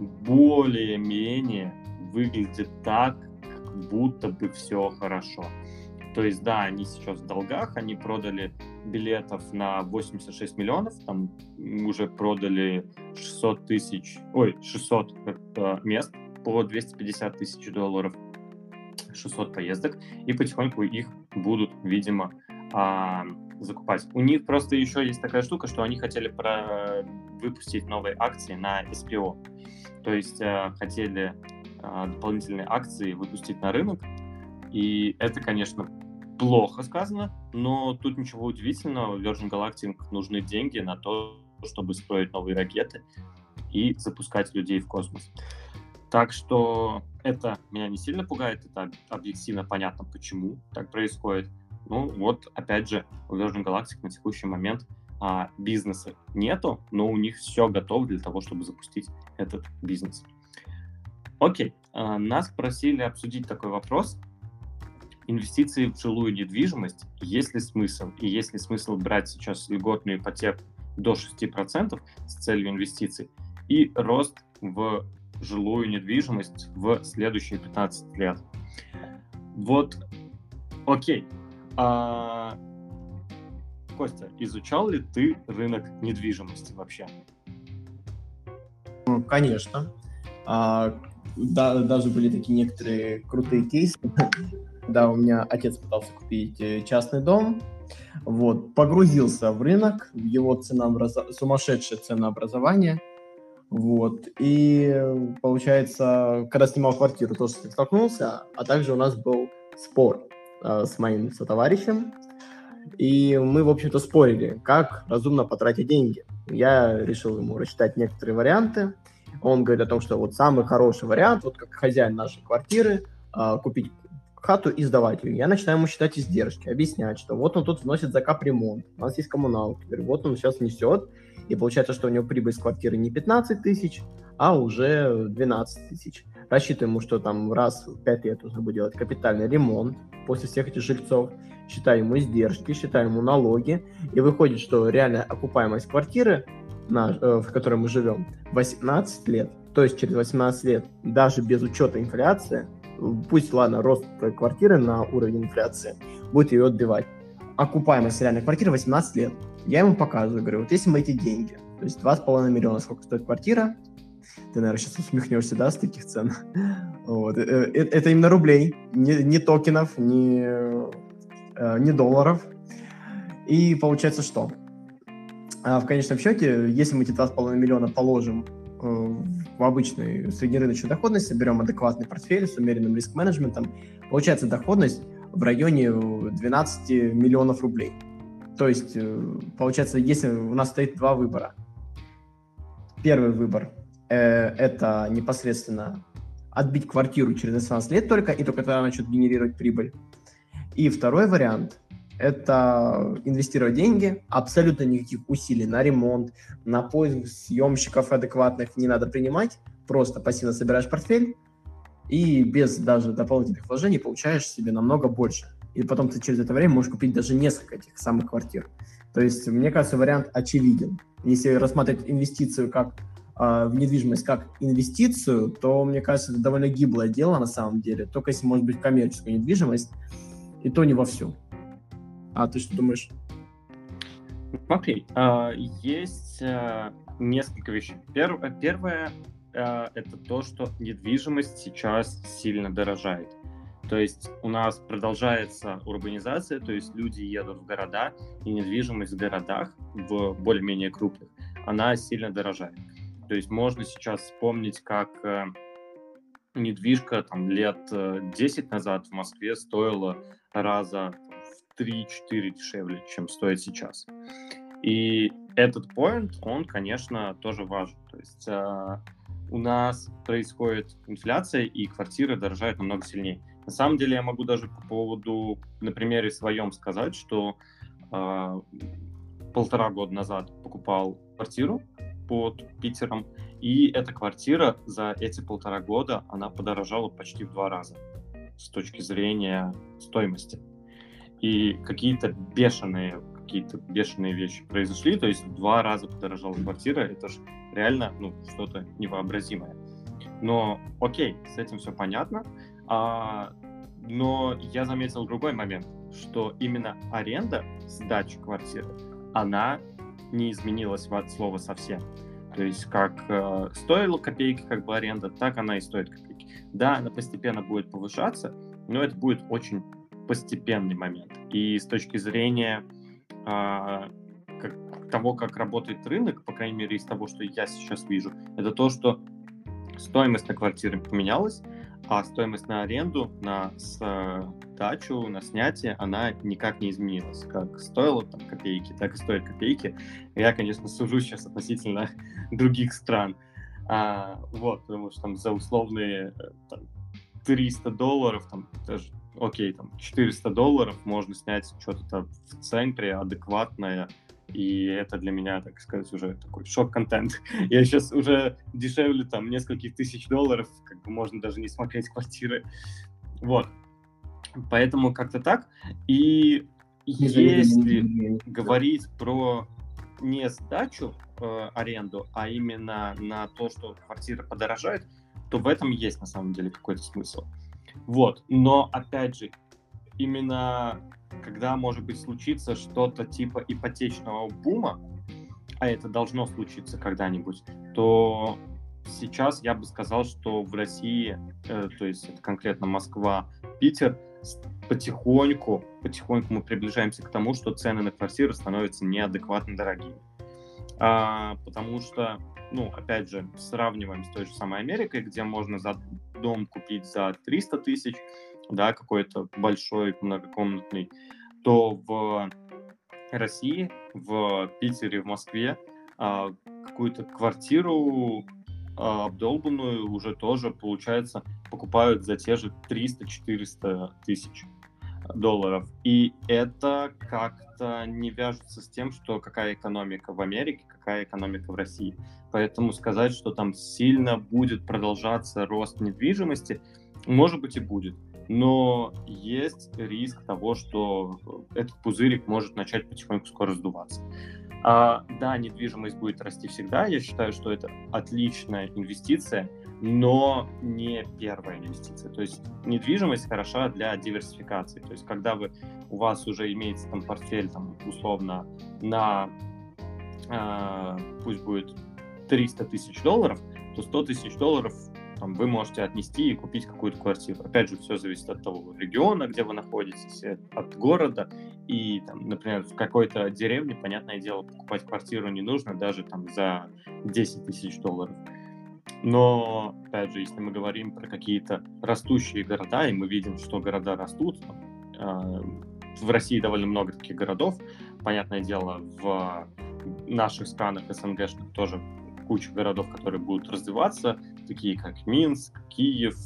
более-менее выглядит так, как будто бы все хорошо. То есть, да, они сейчас в долгах, они продали билетов на восемьдесят шесть миллионов, там уже продали шестьсот тысяч, ой, шестьсот э, мест по двести пятьдесят тысяч долларов, шестьсот поездок, и потихоньку их будут, видимо, а, закупать. У них просто еще есть такая штука, что они хотели про... выпустить новые акции на эс пи о, то есть а, хотели а, дополнительные акции выпустить на рынок, и это, конечно, плохо сказано, но тут ничего удивительного, Virgin Galactic нужны деньги на то, чтобы строить новые ракеты и запускать людей в космос. Так что это меня не сильно пугает, это объективно понятно, почему так происходит. Ну вот, опять же, у Virgin Galactic на текущий момент а, бизнеса нету, но у них все готово для того, чтобы запустить этот бизнес. Окей, а, нас просили обсудить такой вопрос. Инвестиции в жилую недвижимость, есть ли смысл? И есть ли смысл брать сейчас льготную ипотеку до шесть процентов с целью инвестиций и рост в жилую недвижимость в следующие пятнадцать лет? Вот, окей. А... Костя, изучал ли ты рынок недвижимости вообще? Ну, конечно. А, да, даже были такие некоторые крутые кейсы. Да, у меня отец пытался купить частный дом, вот, погрузился в рынок, в его ценообразо... сумасшедшее ценообразование, вот, и, получается, когда снимал квартиру, тоже с этим столкнулся, а также у нас был спор э, с моим сотоварищем, и мы, в общем-то, спорили, как разумно потратить деньги. Я решил ему рассчитать некоторые варианты, он говорит о том, что вот самый хороший вариант, вот как хозяин нашей квартиры, э, купить хату и сдавать ее. Я начинаю ему считать издержки, объяснять, что вот он тут вносит за капремонт, у нас есть коммуналки, говорю, вот он сейчас несет, и получается, что у него прибыль с квартиры не пятнадцать тысяч, а уже двенадцать тысяч. Рассчитываем ему, что там раз в пять лет нужно будет делать капитальный ремонт после всех этих жильцов, считаем ему издержки, считаем ему налоги, и выходит, что реальная окупаемость квартиры, на, э, в которой мы живем, восемнадцать лет, то есть через восемнадцать лет, даже без учета инфляции, пусть, ладно, рост квартиры на уровень инфляции будет ее отбивать. Окупаемость реальной квартиры восемнадцать лет. Я ему показываю, говорю, вот если мы эти деньги, то есть два с половиной миллиона, сколько стоит квартира, ты, наверное, сейчас усмехнешься, да, с таких цен? Вот. Это именно рублей, не, не токенов, не, не долларов. И получается что? А в конечном счете, если мы эти два с половиной миллиона положим в обычную среднерыночную доходность, берем адекватный портфель с умеренным риск-менеджментом, получается доходность в районе двенадцать миллионов рублей. То есть, получается, если у нас стоит два выбора. Первый выбор э, – это непосредственно отбить квартиру через восемнадцать лет только, и только тогда начнет генерировать прибыль. И второй вариант – это инвестировать деньги, абсолютно никаких усилий на ремонт, на поиск съемщиков адекватных не надо принимать, просто пассивно собираешь портфель и без даже дополнительных вложений получаешь себе намного больше. И потом ты через это время можешь купить даже несколько этих самых квартир. То есть, мне кажется, вариант очевиден. Если рассматривать инвестицию как э, в недвижимость как инвестицию, то, мне кажется, это довольно гиблое дело на самом деле. Только если, может быть, коммерческую недвижимость, и то не вовсю. А ты что думаешь? Смотри, есть несколько вещей. Первое – это то, что недвижимость сейчас сильно дорожает. То есть у нас продолжается урбанизация, то есть люди едут в города, и недвижимость в городах, в более-менее крупных, она сильно дорожает. То есть можно сейчас вспомнить, как недвижка там, лет десять назад в Москве стоила раза в три-четыре дешевле, чем стоит сейчас. И этот point, он, конечно, тоже важен. То есть э, у нас происходит инфляция, и квартиры дорожают намного сильнее. На самом деле я могу даже по поводу, на примере своем сказать, что э, полтора года назад покупал квартиру под Питером, и эта квартира за эти полтора года, она подорожала почти в два раза с точки зрения стоимости. И какие-то бешеные, какие-то бешеные вещи произошли, то есть в два раза подорожала квартира, это же реально ну, что-то невообразимое. Но окей, с этим все понятно. А Но я заметил другой момент, что именно аренда сдачи квартиры, она не изменилась от слова совсем. То есть как э, стоила копейки как бы аренда, так она и стоит копейки. Да, она постепенно будет повышаться, но это будет очень постепенный момент. И с точки зрения а, как, того, как работает рынок, по крайней мере, из того, что я сейчас вижу, это то, что стоимость на квартиры поменялась, а стоимость на аренду, на сдачу, на снятие, она никак не изменилась. Как стоило там копейки, так и стоит копейки. Я, конечно, сужу сейчас относительно других стран. А, вот, потому что там за условные там, триста долларов, там, даже, окей, там, четыреста долларов можно снять что-то в центре адекватное. И это для меня, так сказать, уже такой шок-контент. Я сейчас уже дешевле там нескольких тысяч долларов, как бы можно даже не смотреть квартиры. Вот. Поэтому как-то так. И если говорить про не сдачу э, аренду, а именно на то, что квартира подорожает, то в этом есть на самом деле какой-то смысл. Вот. Но, опять же, именно когда, может быть, случится что-то типа ипотечного бума, а это должно случиться когда-нибудь, то сейчас я бы сказал, что в России, э, то есть это конкретно Москва, Питер, потихоньку, потихоньку мы приближаемся к тому, что цены на квартиры становятся неадекватно дорогими. А, потому что, ну, опять же, сравниваем с той же самой Америкой, где можно за дом купить за триста тысяч, да, какой-то большой многокомнатный, то в России, в Питере, в Москве а, какую-то квартиру а, обдолбанную уже тоже, получается, покупают за те же триста-четыреста тысяч долларов. И это как-то не вяжется с тем, что какая экономика в Америке, какая экономика в России. Поэтому сказать, что там сильно будет продолжаться рост недвижимости, может быть и будет. Но есть риск того, что этот пузырик может начать потихоньку скоро сдуваться. А, да, недвижимость будет расти всегда. Я считаю, что это отличная инвестиция, но не первая инвестиция. То есть недвижимость хороша для диверсификации. То есть когда вы, у вас уже имеется там портфель там, условно на, э, пусть будет триста тысяч долларов, то сто тысяч долларов там, вы можете отнести и купить какую-то квартиру. Опять же, все зависит от того региона, где вы находитесь, от города. И, там, например, в какой-то деревне, понятное дело, покупать квартиру не нужно даже там, за десять тысяч долларов. Но, опять же, если мы говорим про какие-то растущие города, и мы видим, что города растут, в России довольно много таких городов, понятное дело, в наших странах СНГшных тоже куча городов, которые будут развиваться, такие как Минск, Киев,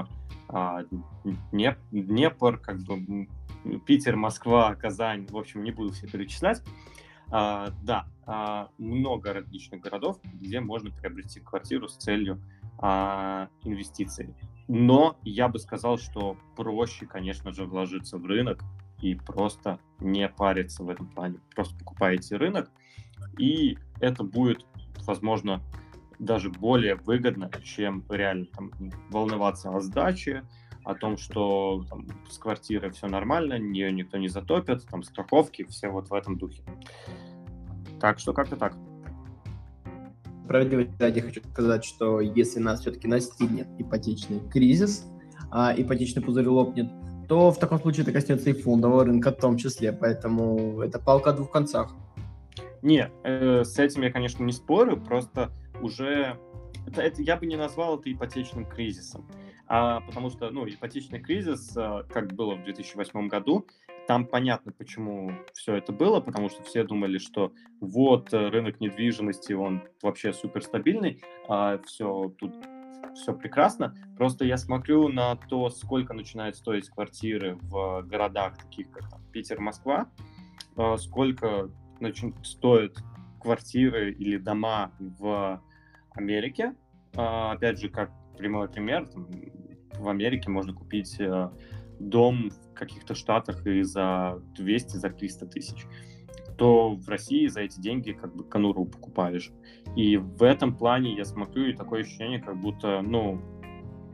Днепр, как бы Питер, Москва, Казань, в общем, не буду все перечислять. А, да, а, много различных городов, где можно приобрести квартиру с целью а, инвестиций. Но я бы сказал, что проще, конечно же, вложиться в рынок и просто не париться в этом плане. Просто покупаете рынок, и это будет, возможно, даже более выгодно, чем реально там, волноваться о сдаче, о том, что там, с квартирой все нормально, ее никто не затопит, там страховки, все вот в этом духе. Так что как-то так. Справедливости ради хочу сказать, что если нас все-таки настигнет ипотечный кризис, а ипотечный пузырь лопнет, то в таком случае это коснется и фондового рынка в том числе, поэтому это палка о двух концах. Не, э, с этим я, конечно, не спорю, просто уже это, это я бы не назвал это ипотечным кризисом, а, потому что, ну, ипотечный кризис, а, как было в две тысячи восьмом году, там понятно, почему все это было, потому что все думали, что вот рынок недвижимости, он вообще суперстабильный, а, все тут все прекрасно. Просто я смотрю на то, сколько начинают стоить квартиры в городах, таких как там, Питер, Москва, а, сколько значит, стоят квартиры или дома в Америке. А, опять же, как прямой пример, там, в Америке можно купить а, дом в каких-то штатах и за двести, за триста тысяч. То в России за эти деньги как бы конуру покупаешь. И в этом плане я смотрю, и такое ощущение, как будто, ну,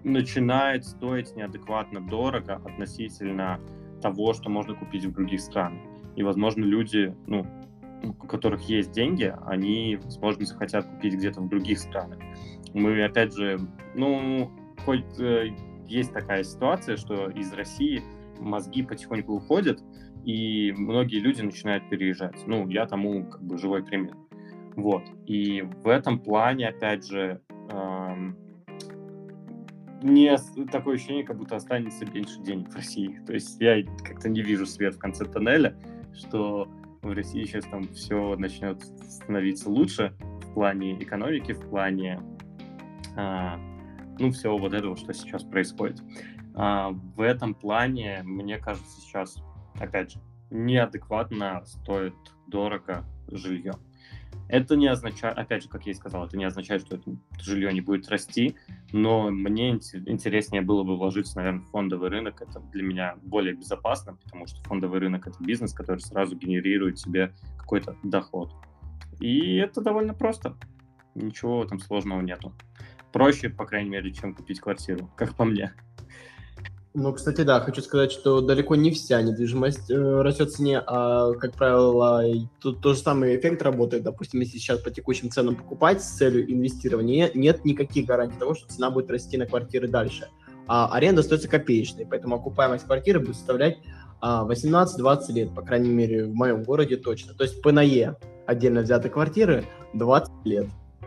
начинает стоить неадекватно дорого относительно того, что можно купить в других странах. И, возможно, люди, ну, у которых есть деньги, они, возможно, захотят купить где-то в других странах. Мы, опять же, ну, хоть э, есть такая ситуация, что из России мозги потихоньку уходят, и многие люди начинают переезжать. Ну, я тому как бы живой пример. Вот. И в этом плане, опять же, эм, не такое ощущение, как будто останется меньше денег в России. То есть я как-то не вижу свет в конце тоннеля, что в России сейчас там все начнет становиться лучше в плане экономики, в плане а, ну, всего вот этого, что сейчас происходит. А, в этом плане, мне кажется, сейчас, опять же, неадекватно стоит дорого жилье. Это не означает, опять же, как я и сказал, это не означает, что это жилье не будет расти, но мне интереснее было бы вложиться, наверное, в фондовый рынок. Это для меня более безопасно, потому что фондовый рынок — это бизнес, который сразу генерирует себе какой-то доход. И это довольно просто. Ничего там сложного нету. Проще, по крайней мере, чем купить квартиру, как по мне. Ну, кстати, да, хочу сказать, что далеко не вся недвижимость э, растет в цене, а, как правило, тут тот же самый эффект работает. Допустим, если сейчас по текущим ценам покупать с целью инвестирования, нет никаких гарантий того, что цена будет расти на квартиры дальше. А аренда остается копеечной, поэтому окупаемость квартиры будет составлять а, восемнадцать-двадцать лет, по крайней мере, в моем городе точно. То есть ПНЕ отдельно взятой квартиры двадцать лет.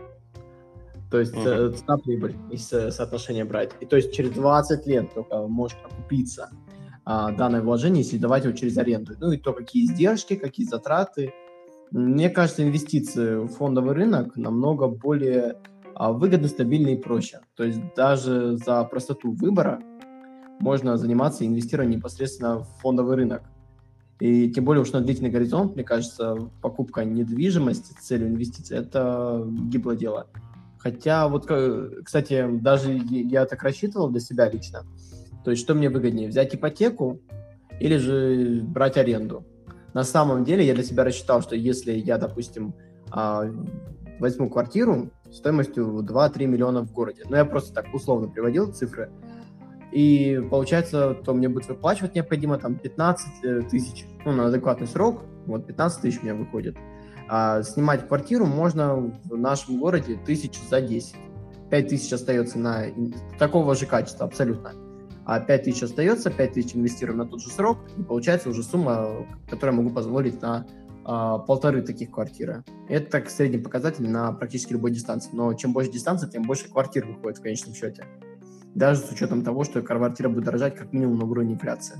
То есть uh-huh. цена-прибыль, если соотношение брать. И то есть через двадцать лет только может окупиться а, данное вложение, если давать его через аренду. Ну и то, какие издержки, какие затраты. Мне кажется, инвестиции в фондовый рынок намного более а, выгодно, стабильно и проще. То есть даже за простоту выбора можно заниматься инвестированием непосредственно в фондовый рынок. И тем более уж на длительный горизонт, мне кажется, покупка недвижимости с целью инвестиций – это гиблое дело. Хотя, вот, кстати, даже я так рассчитывал для себя лично. То есть, что мне выгоднее, взять ипотеку или же брать аренду? На самом деле, я для себя рассчитал, что если я, допустим, возьму квартиру стоимостью два-три миллиона в городе, ну, я просто так условно приводил цифры, и получается, то мне будет выплачивать необходимо там пятнадцать тысяч, ну, на адекватный срок, вот пятнадцать тысяч у меня выходит. А снимать квартиру можно в нашем городе тысячу за десять. пять тысяч остается на такого же качества абсолютно. А пять тысяч остается, пять тысяч инвестируем на тот же срок, и получается уже сумма, которую я могу позволить на а, полторы таких квартиры. Это так средний показатель на практически любой дистанции. Но чем больше дистанция, тем больше квартир выходит в конечном счете. Даже с учетом того, что квартира будет дорожать как минимум на уровне инфляции.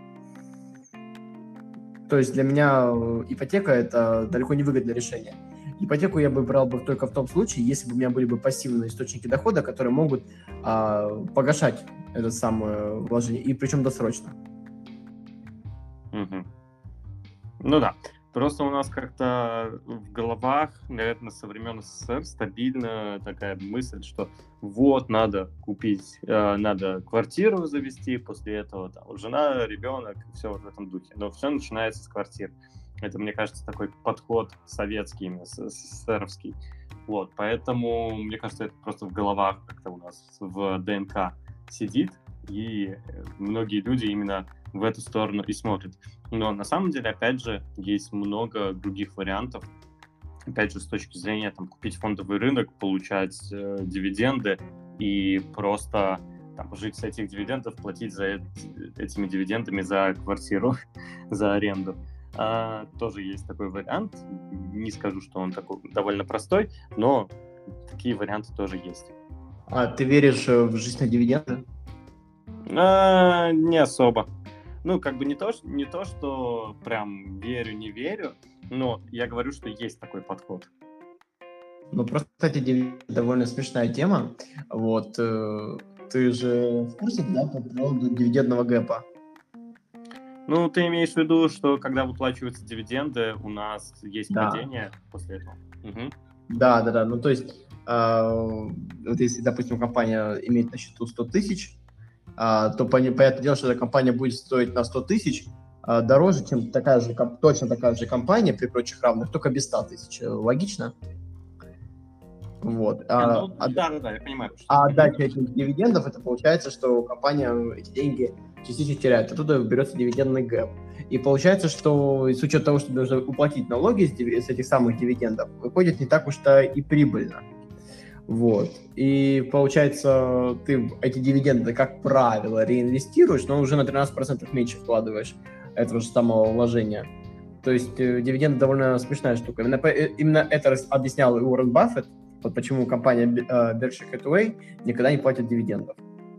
То есть для меня ипотека – это далеко не выгодное решение. Ипотеку я бы брал бы только в том случае, если бы у меня были бы пассивные источники дохода, которые могут а, погашать это самое вложение, и причем досрочно. Угу. Ну да. Просто у нас как-то в головах, наверное, со времен СССР стабильно такая мысль, что вот, надо купить, э, надо квартиру завести, после этого там, жена, ребенок, все вот в этом духе. Но все начинается с квартир. Это, мне кажется, такой подход советский, именно СССРовский. Вот, поэтому, мне кажется, это просто в головах как-то у нас в ДНК сидит, и многие люди именно в эту сторону и смотрят. Но на самом деле, опять же, есть много других вариантов. Опять же, с точки зрения там, купить фондовый рынок, получать э, дивиденды и просто там, жить с этих дивидендов, платить за эти, этими дивидендами за квартиру, за аренду. А, тоже есть такой вариант. Не скажу, что он такой довольно простой, но такие варианты тоже есть. А ты веришь в жизнь на дивиденды? А, не особо. Ну, как бы не то, не то, что прям верю, не верю, но я говорю, что есть такой подход. Ну, просто, кстати, довольно смешная тема. Вот, э, ты же в курсе, да, по поводу дивидендного гэпа? Ну, ты имеешь в виду, что когда выплачиваются дивиденды, у нас есть Да. падение после этого? Угу. Да, да, да. Ну, то есть, э, вот если, допустим, компания имеет на счету сто тысяч, Uh, то понятное дело, что эта компания будет стоить на сто тысяч uh, дороже, чем такая же, точно такая же компания при прочих равных, только без ста тысяч. Логично? Вот. Не, А, ну, а, да-да-да, я понимаю, что а ты имеешь. отдача этих дивидендов, это получается, что компания эти деньги частично теряет. Оттуда берется дивидендный гэп. И получается, что с учетом того, что нужно уплатить налоги с, диви- с этих самых дивидендов, выходит не так уж-то и прибыльно. Вот. И получается, ты эти дивиденды, как правило, реинвестируешь, но уже на тринадцать процентов меньше вкладываешь этого же самого вложения. То есть э, дивиденды довольно смешная штука. Именно, по- э, именно это рас- объяснял и Уоррен Баффет, вот почему компания Б- э, Berkshire Hathaway никогда не платит дивидендов.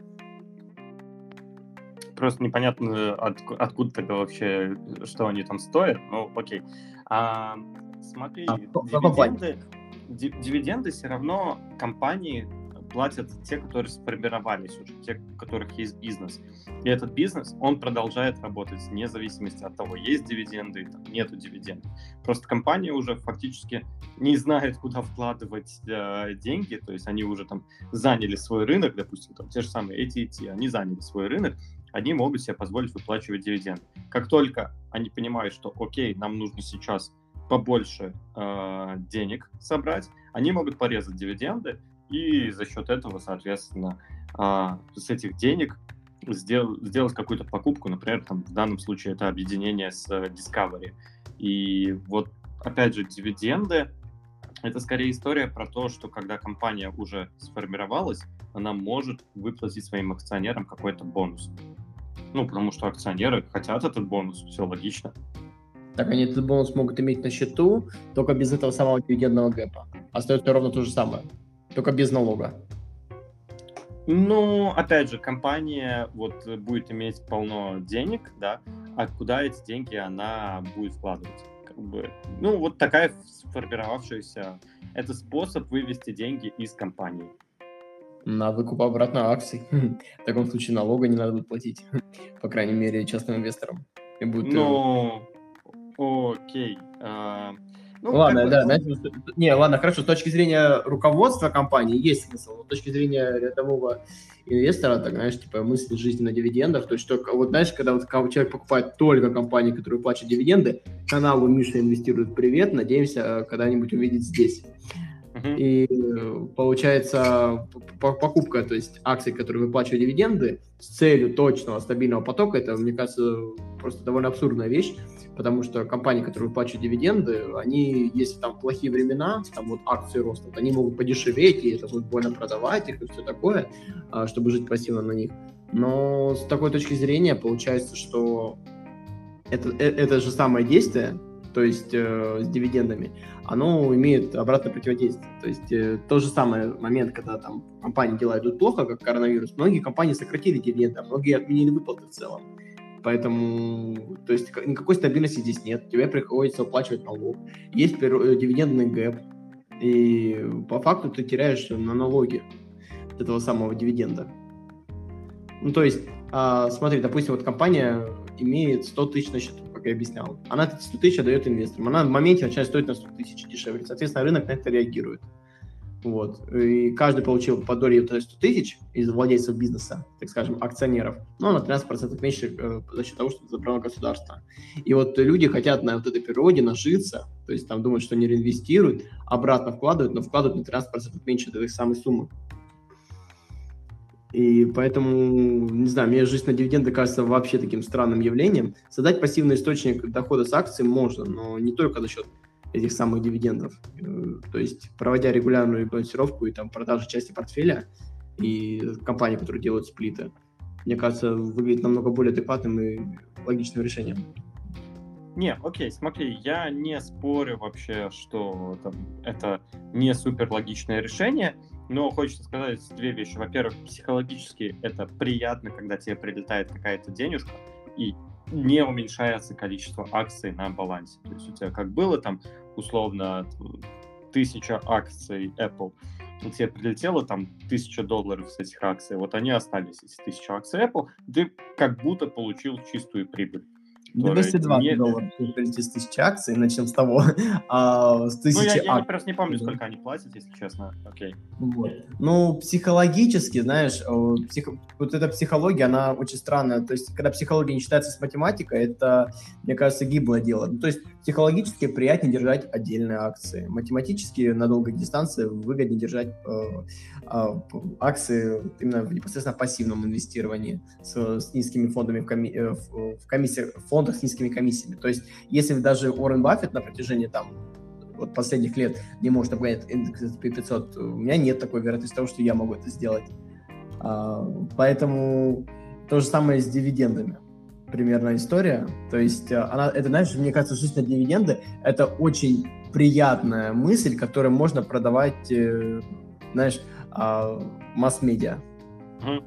Просто непонятно, отку- откуда тогда вообще, что они там стоят. Ну, окей. А, смотри, А, в ко- в каком плане? дивиденды, ди- дивиденды все равно компании платят те, которые сформировались уже, те, у которых есть бизнес. И этот бизнес, он продолжает работать вне зависимости от того, есть дивиденды, там, нету дивидендов. Просто компания уже фактически не знает, куда вкладывать э, деньги, то есть они уже там заняли свой рынок, допустим, там, те же самые эй ти энд ти, они заняли свой рынок, они могут себе позволить выплачивать дивиденды. Как только они понимают, что, окей, нам нужно сейчас побольше э, денег собрать, они могут порезать дивиденды и за счет этого, соответственно, э, с этих денег сдел- сделать какую-то покупку, например, там, в данном случае это объединение с э, Discovery. И вот, опять же, дивиденды — это скорее история про то, что когда компания уже сформировалась, она может выплатить своим акционерам какой-то бонус. Ну, потому что акционеры хотят этот бонус, все логично. Так они этот бонус могут иметь на счету, только без этого самого дивидендного гэпа. Остается ровно то же самое, только без налога. Ну, опять же, компания вот э, будет иметь полно денег, да, а куда эти деньги она будет вкладывать? Как бы, ну, вот такая сформировавшаяся... Это способ вывести деньги из компании. На выкуп обратно акций. В таком случае налога не надо будет платить, по крайней мере, частным инвесторам. И будет, э, Ну, окей. а, Ну, как ладно, бы, да, знаете, с- не, ладно, хорошо, с точки зрения руководства компании есть смысл, но с точки зрения рядового инвестора, так, знаешь, типа мысли жизни на дивидендах, то есть, что, вот, знаешь, когда вот ка- человек покупает только компании, которые платят дивиденды, каналу Миша инвестирует привет, надеемся э, когда-нибудь увидеть здесь. мгм. И э, получается п- п- покупка, то есть акций, которые выплачивают дивиденды с целью точного стабильного потока, это, мне кажется, просто довольно абсурдная вещь, потому что компании, которые выплачивают дивиденды, они, если там плохие времена, там вот акции ростут, они могут подешеветь, и это будет больно продавать их и все такое, а, чтобы жить пассивно на них. Но с такой точки зрения получается, что это, э- это же самое действие, то есть э, с дивидендами, оно имеет обратное противодействие. То есть э, тот же самый момент, когда там компании дела идут плохо, как коронавирус, многие компании сократили дивиденды, а многие отменили выплаты в целом. Поэтому, то есть к- никакой стабильности здесь нет, тебе приходится оплачивать налог. Есть перо- э, дивидендный гэп, и по факту ты теряешь на налоги от этого самого дивиденда. Ну, то есть, а, смотри, допустим, вот компания имеет сто тысяч на счету, как я объяснял. Она эти сто тысяч отдает инвесторам. Она в моменте начинает стоить на сто тысяч дешевле. Соответственно, рынок на это реагирует. Вот. И каждый получил по доле вот сто тысяч из владельцев бизнеса, так скажем, акционеров, но на тринадцать процентов меньше э, за счет того, что это забрало государство. И вот люди хотят на вот этой природе нажиться, то есть там думают, что они реинвестируют, обратно вкладывают, но вкладывают на тринадцать процентов меньше этой самой суммы. И поэтому, не знаю, мне жизнь на дивиденды кажется вообще таким странным явлением. Создать пассивный источник дохода с акций можно, но не только за счет этих самых дивидендов. Э, То есть, проводя регулярную балансировку и там продажу части портфеля и компании, которые делают сплиты, мне кажется, выглядит намного более адекватным и логичным решением. Не, окей, смотри, я не спорю вообще, что там, это не супер логичное решение, но хочется сказать две вещи. Во-первых, психологически это приятно, когда тебе прилетает какая-то денежка, и не уменьшается количество акций на балансе. То есть у тебя как было там условно м, тысяча акций Apple, и тебе прилетело там тысяча долларов с этих акций, вот они остались, эти тысяча акций Apple, ты как будто получил чистую прибыль. двести двадцать не... долларов перейти с тысячи акций, начнем с того. а, с ну, я, я просто не помню, сколько они платят, если честно. Окей. Вот. Ну, психологически, знаешь, псих... вот эта психология, она очень странная. То есть, когда психология не считается с математикой, это, мне кажется, гиблое дело. Ну, то есть, психологически приятнее держать отдельные акции. Математически на долгой дистанции выгоднее держать э, э, акции именно в непосредственно пассивном инвестировании с, с низкими фондами в, коми... в, в комиссиях, в фондах с низкими комиссиями. То есть, если даже Уоррен Баффет на протяжении там вот последних лет не может обгонять индекс эс энд пи пятьсот, у меня нет такой вероятности того, что я могу это сделать. А, поэтому то же самое с дивидендами. Примерная история. То есть, она, это, знаешь, мне кажется, жизнь на дивиденды — это очень приятная мысль, которую можно продавать, э, знаешь, э, масс-медиа. Mm-hmm.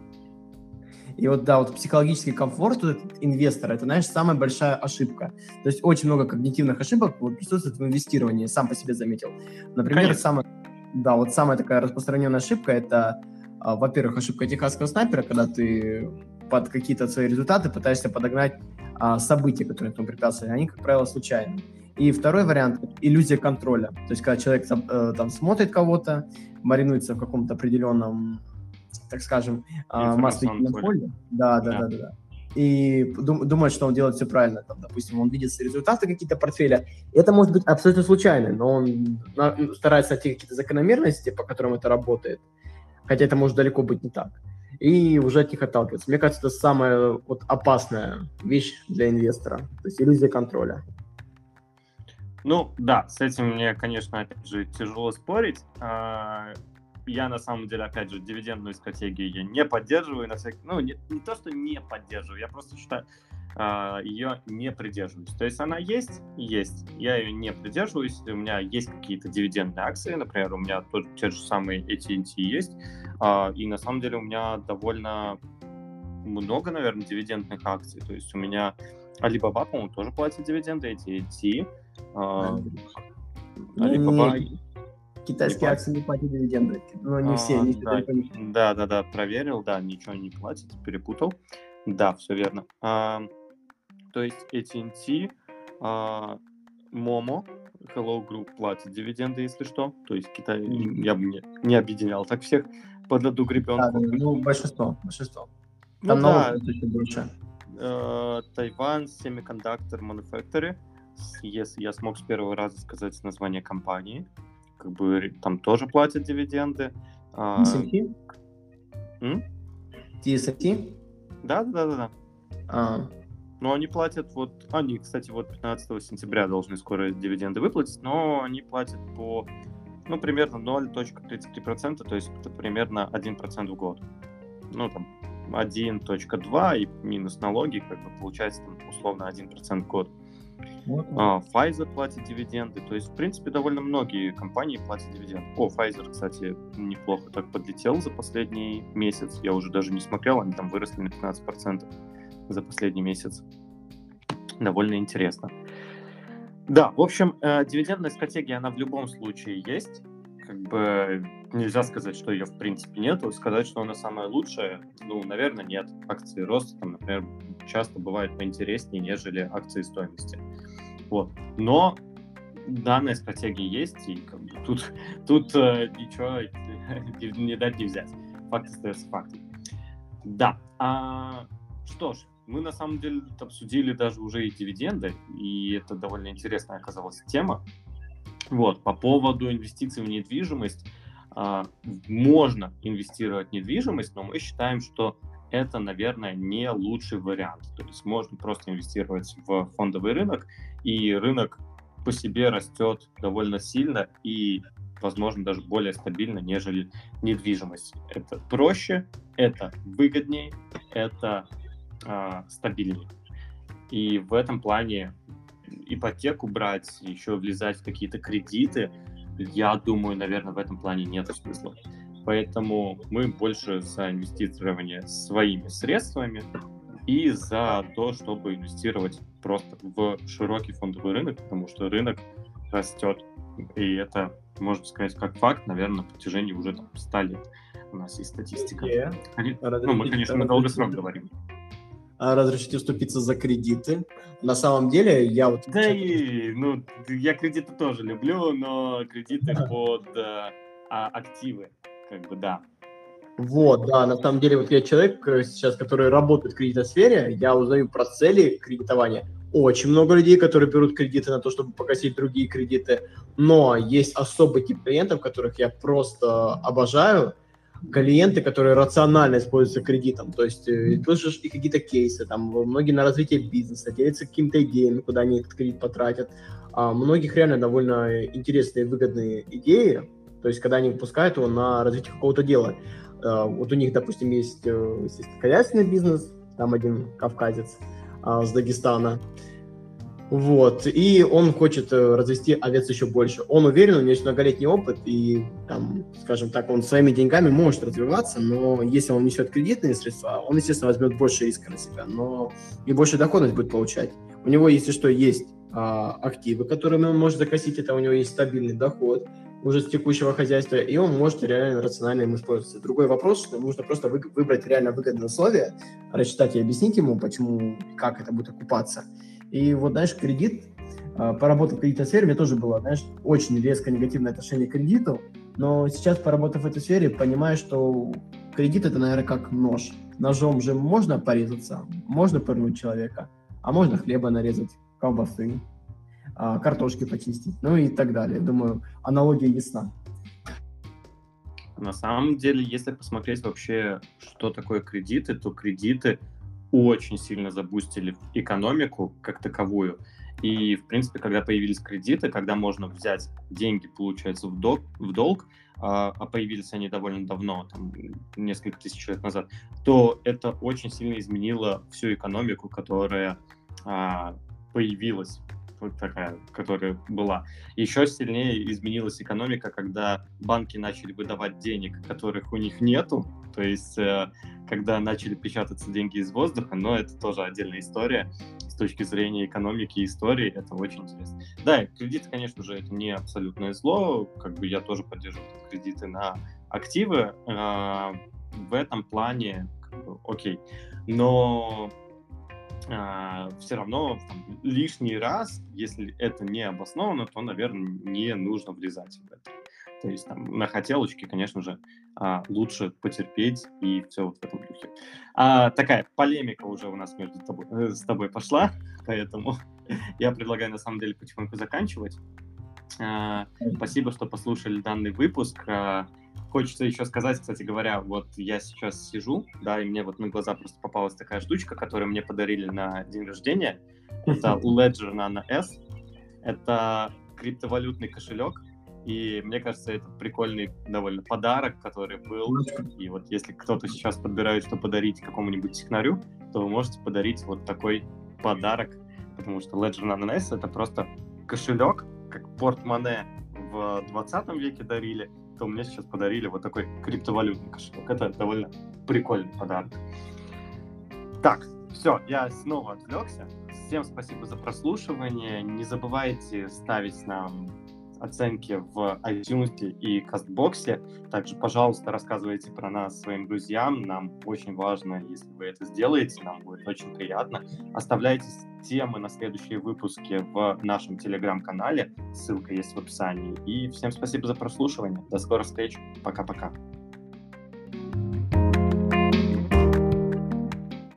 И вот, да, вот психологический комфорт вот, инвестора — это, знаешь, самая большая ошибка. То есть очень много когнитивных ошибок вот, присутствует в инвестировании, сам по себе заметил. Например, самая, да, вот самая такая распространенная ошибка — это, а, во-первых, ошибка техасского снайпера, когда ты под какие-то свои результаты пытаешься подогнать а, события, которые этому препятствовали. Они, как правило, случайны. И второй вариант — иллюзия контроля. То есть, когда человек э, там смотрит кого-то, маринуется в каком-то определенном, так скажем, масс-медийном поле. Да, да, да, да, да. И дум, думает, что он делает все правильно. Там, допустим, он видит результаты какие-то портфеля. Это может быть абсолютно случайно, но он на, старается найти какие-то закономерности, по которым это работает. Хотя это может далеко быть не так. И уже от них отталкиваться. Мне кажется, это самая вот, опасная вещь для инвестора. То есть иллюзия контроля. Ну, да, с этим мне, конечно, опять же, тяжело спорить. Я, на самом деле, опять же, дивидендную стратегию я не поддерживаю. На всякий... Ну, не, не то, что не поддерживаю, я просто считаю, э, ее не придерживаюсь. То есть она есть, есть, я ее не придерживаюсь. У меня есть какие-то дивидендные акции, например, у меня тоже те же самые эй ти энд ти есть. Э, и, на самом деле, у меня довольно много, наверное, дивидендных акций. То есть у меня Alibaba, по-моему, тоже платит дивиденды, эй ти энд ти. Э, Alibaba... Китайские не акции не платят дивиденды, но не а, все. Не да, да, да, да, проверил, да, ничего не платит, перепутал. Да, все верно. А, то есть эй ти энд ти, а, Momo, Hello Group платит дивиденды, если что. То есть Китай, mm-hmm. я бы не, не объединял так всех под одну гребенку. Да, да, ну, большинство, большинство. Там ну, да. больше. Тайвань Semiconductor Manufacturing, если я смог с первого раза сказать название компании, как бы там тоже платят дивиденды. ти эс эм ти? ти эс эм ти? Да, да, да, да. А. Но они платят вот... Они, кстати, вот пятнадцатого сентября должны скоро дивиденды выплатить, но они платят по, ну, примерно ноль целых тридцать три процента, то есть это примерно один процент в год. Ну, там, один целых два и минус налоги, как бы получается, там, условно, один процент в год. Вот. А, Pfizer платит дивиденды, то есть, в принципе, довольно многие компании платят дивиденды. О, Pfizer, кстати, неплохо так подлетел за последний месяц, я уже даже не смотрел, они там выросли на пятнадцать процентов за последний месяц. Довольно интересно. Да, в общем, э, дивидендная стратегия, она в любом случае есть, как бы нельзя сказать, что ее в принципе нету, сказать, что она самая лучшая, ну, наверное, нет. Акции роста, там, например, часто бывает поинтереснее, нежели акции стоимости. Вот. Но данная стратегия есть, и как бы, тут, тут э, ничего не дать, не взять. Факт остается фактом. Да. А, что ж, мы на самом деле обсудили даже уже и дивиденды, и это довольно интересная оказалась тема. Вот, по поводу инвестиций в недвижимость, э, можно инвестировать в недвижимость, но мы считаем, что это, наверное, не лучший вариант. То есть можно просто инвестировать в фондовый рынок, и рынок по себе растет довольно сильно и, возможно, даже более стабильно, нежели недвижимость. Это проще, это выгоднее, это э, стабильнее. И в этом плане ипотеку брать, еще влезать в какие-то кредиты, я думаю, наверное, в этом плане нет смысла. Поэтому мы больше за инвестирование своими средствами и за то, чтобы инвестировать просто в широкий фондовый рынок, потому что рынок растет. И это, можно сказать, как факт, наверное, на протяжении уже там, ста лет у нас есть статистика. Yeah. Ну, мы, конечно, на долгосрок говорим. а, разрешите вступиться за кредиты. На самом деле, я вот... Да и, ну, я кредиты тоже люблю, но кредиты под э, а, активы, как бы, да. Вот, да, на самом деле, вот я человек э, сейчас, который работает в кредитной сфере, я узнаю про цели кредитования. Очень много людей, которые берут кредиты на то, чтобы погасить другие кредиты, но есть особый тип клиентов, которых я просто обожаю, клиенты, которые рационально используются кредитом, то есть э, слышишь и какие-то кейсы, там, многие на развитие бизнеса, делятся какими-то идеями, куда они этот кредит потратят. А многих реально довольно интересные, выгодные идеи, то есть когда они выпускают его на развитие какого-то дела. Вот у них, допустим, есть хозяйственный бизнес, там один кавказец а, с Дагестана, вот, и он хочет развести овец еще больше. Он уверен, у него есть многолетний опыт, и, там, скажем так, он своими деньгами может развиваться, но если он несет кредитные средства, он, естественно, возьмет больше риска на себя, но и больше доходность будет получать. У него, если что, есть а, активы, которыми он может закосить, это у него есть стабильный доход уже с текущего хозяйства, и он может реально рационально им использоваться. Другой вопрос, что нужно просто вы, выбрать реально выгодные условия, рассчитать и объяснить ему, почему, как это будет окупаться. И вот, знаешь, кредит, поработав в кредитной сфере, мне тоже было, знаешь, очень резко негативное отношение к кредиту, но сейчас, поработав в этой сфере, понимаю, что кредит – это, наверное, как нож. Ножом же можно порезаться, можно пырнуть человека, а можно хлеба нарезать, колбасы, картошки почистить, ну и так далее. Думаю, аналогия ясна. На самом деле, если посмотреть вообще, что такое кредиты, то кредиты очень сильно забустили экономику как таковую. И, в принципе, когда появились кредиты, когда можно взять деньги, получается, в долг, в долг а, а появились они довольно давно, там, несколько тысяч лет назад, то это очень сильно изменило всю экономику, которая а, появилась, вот такая, которая была. Еще сильнее изменилась экономика, когда банки начали выдавать денег, которых у них нету, то есть э, когда начали печататься деньги из воздуха, но это тоже отдельная история. С точки зрения экономики и истории это очень интересно. Да, кредит, конечно же, это не абсолютное зло, как бы я тоже поддерживаю кредиты на активы, э, в этом плане как бы, окей, но Uh, все равно там, лишний раз, если это не обосновано, то, наверное, не нужно влезать в это. То есть там, на хотелочке, конечно же, uh, лучше потерпеть и все вот в этом духе. Uh, такая полемика уже у нас между тобой, э, с тобой пошла, поэтому я предлагаю на самом деле потихоньку заканчивать. Uh, спасибо, что послушали данный выпуск. Uh, Хочется еще сказать, кстати говоря, вот я сейчас сижу, да, и мне вот на глаза просто попалась такая штучка, которую мне подарили на день рождения. Это Ledger Nano S. Это криптовалютный кошелек, и мне кажется, это прикольный довольно подарок, который был. И вот если кто-то сейчас подбирает, что подарить какому-нибудь технарю, то вы можете подарить вот такой подарок, потому что Ledger Nano S — это просто кошелек, как портмоне в двадцатом веке дарили, то мне сейчас подарили вот такой криптовалютный кошелек. Это довольно прикольный подарок. Так, все, я снова отвлекся. Всем спасибо за прослушивание. Не забывайте ставить нам оценки в iTunes и Castbox. Также, пожалуйста, рассказывайте про нас своим друзьям. Нам очень важно, если вы это сделаете. Нам будет очень приятно. Оставляйте темы на следующие выпуски в нашем телеграм-канале. Ссылка есть в описании. И всем спасибо за прослушивание. До скорых встреч. Пока-пока.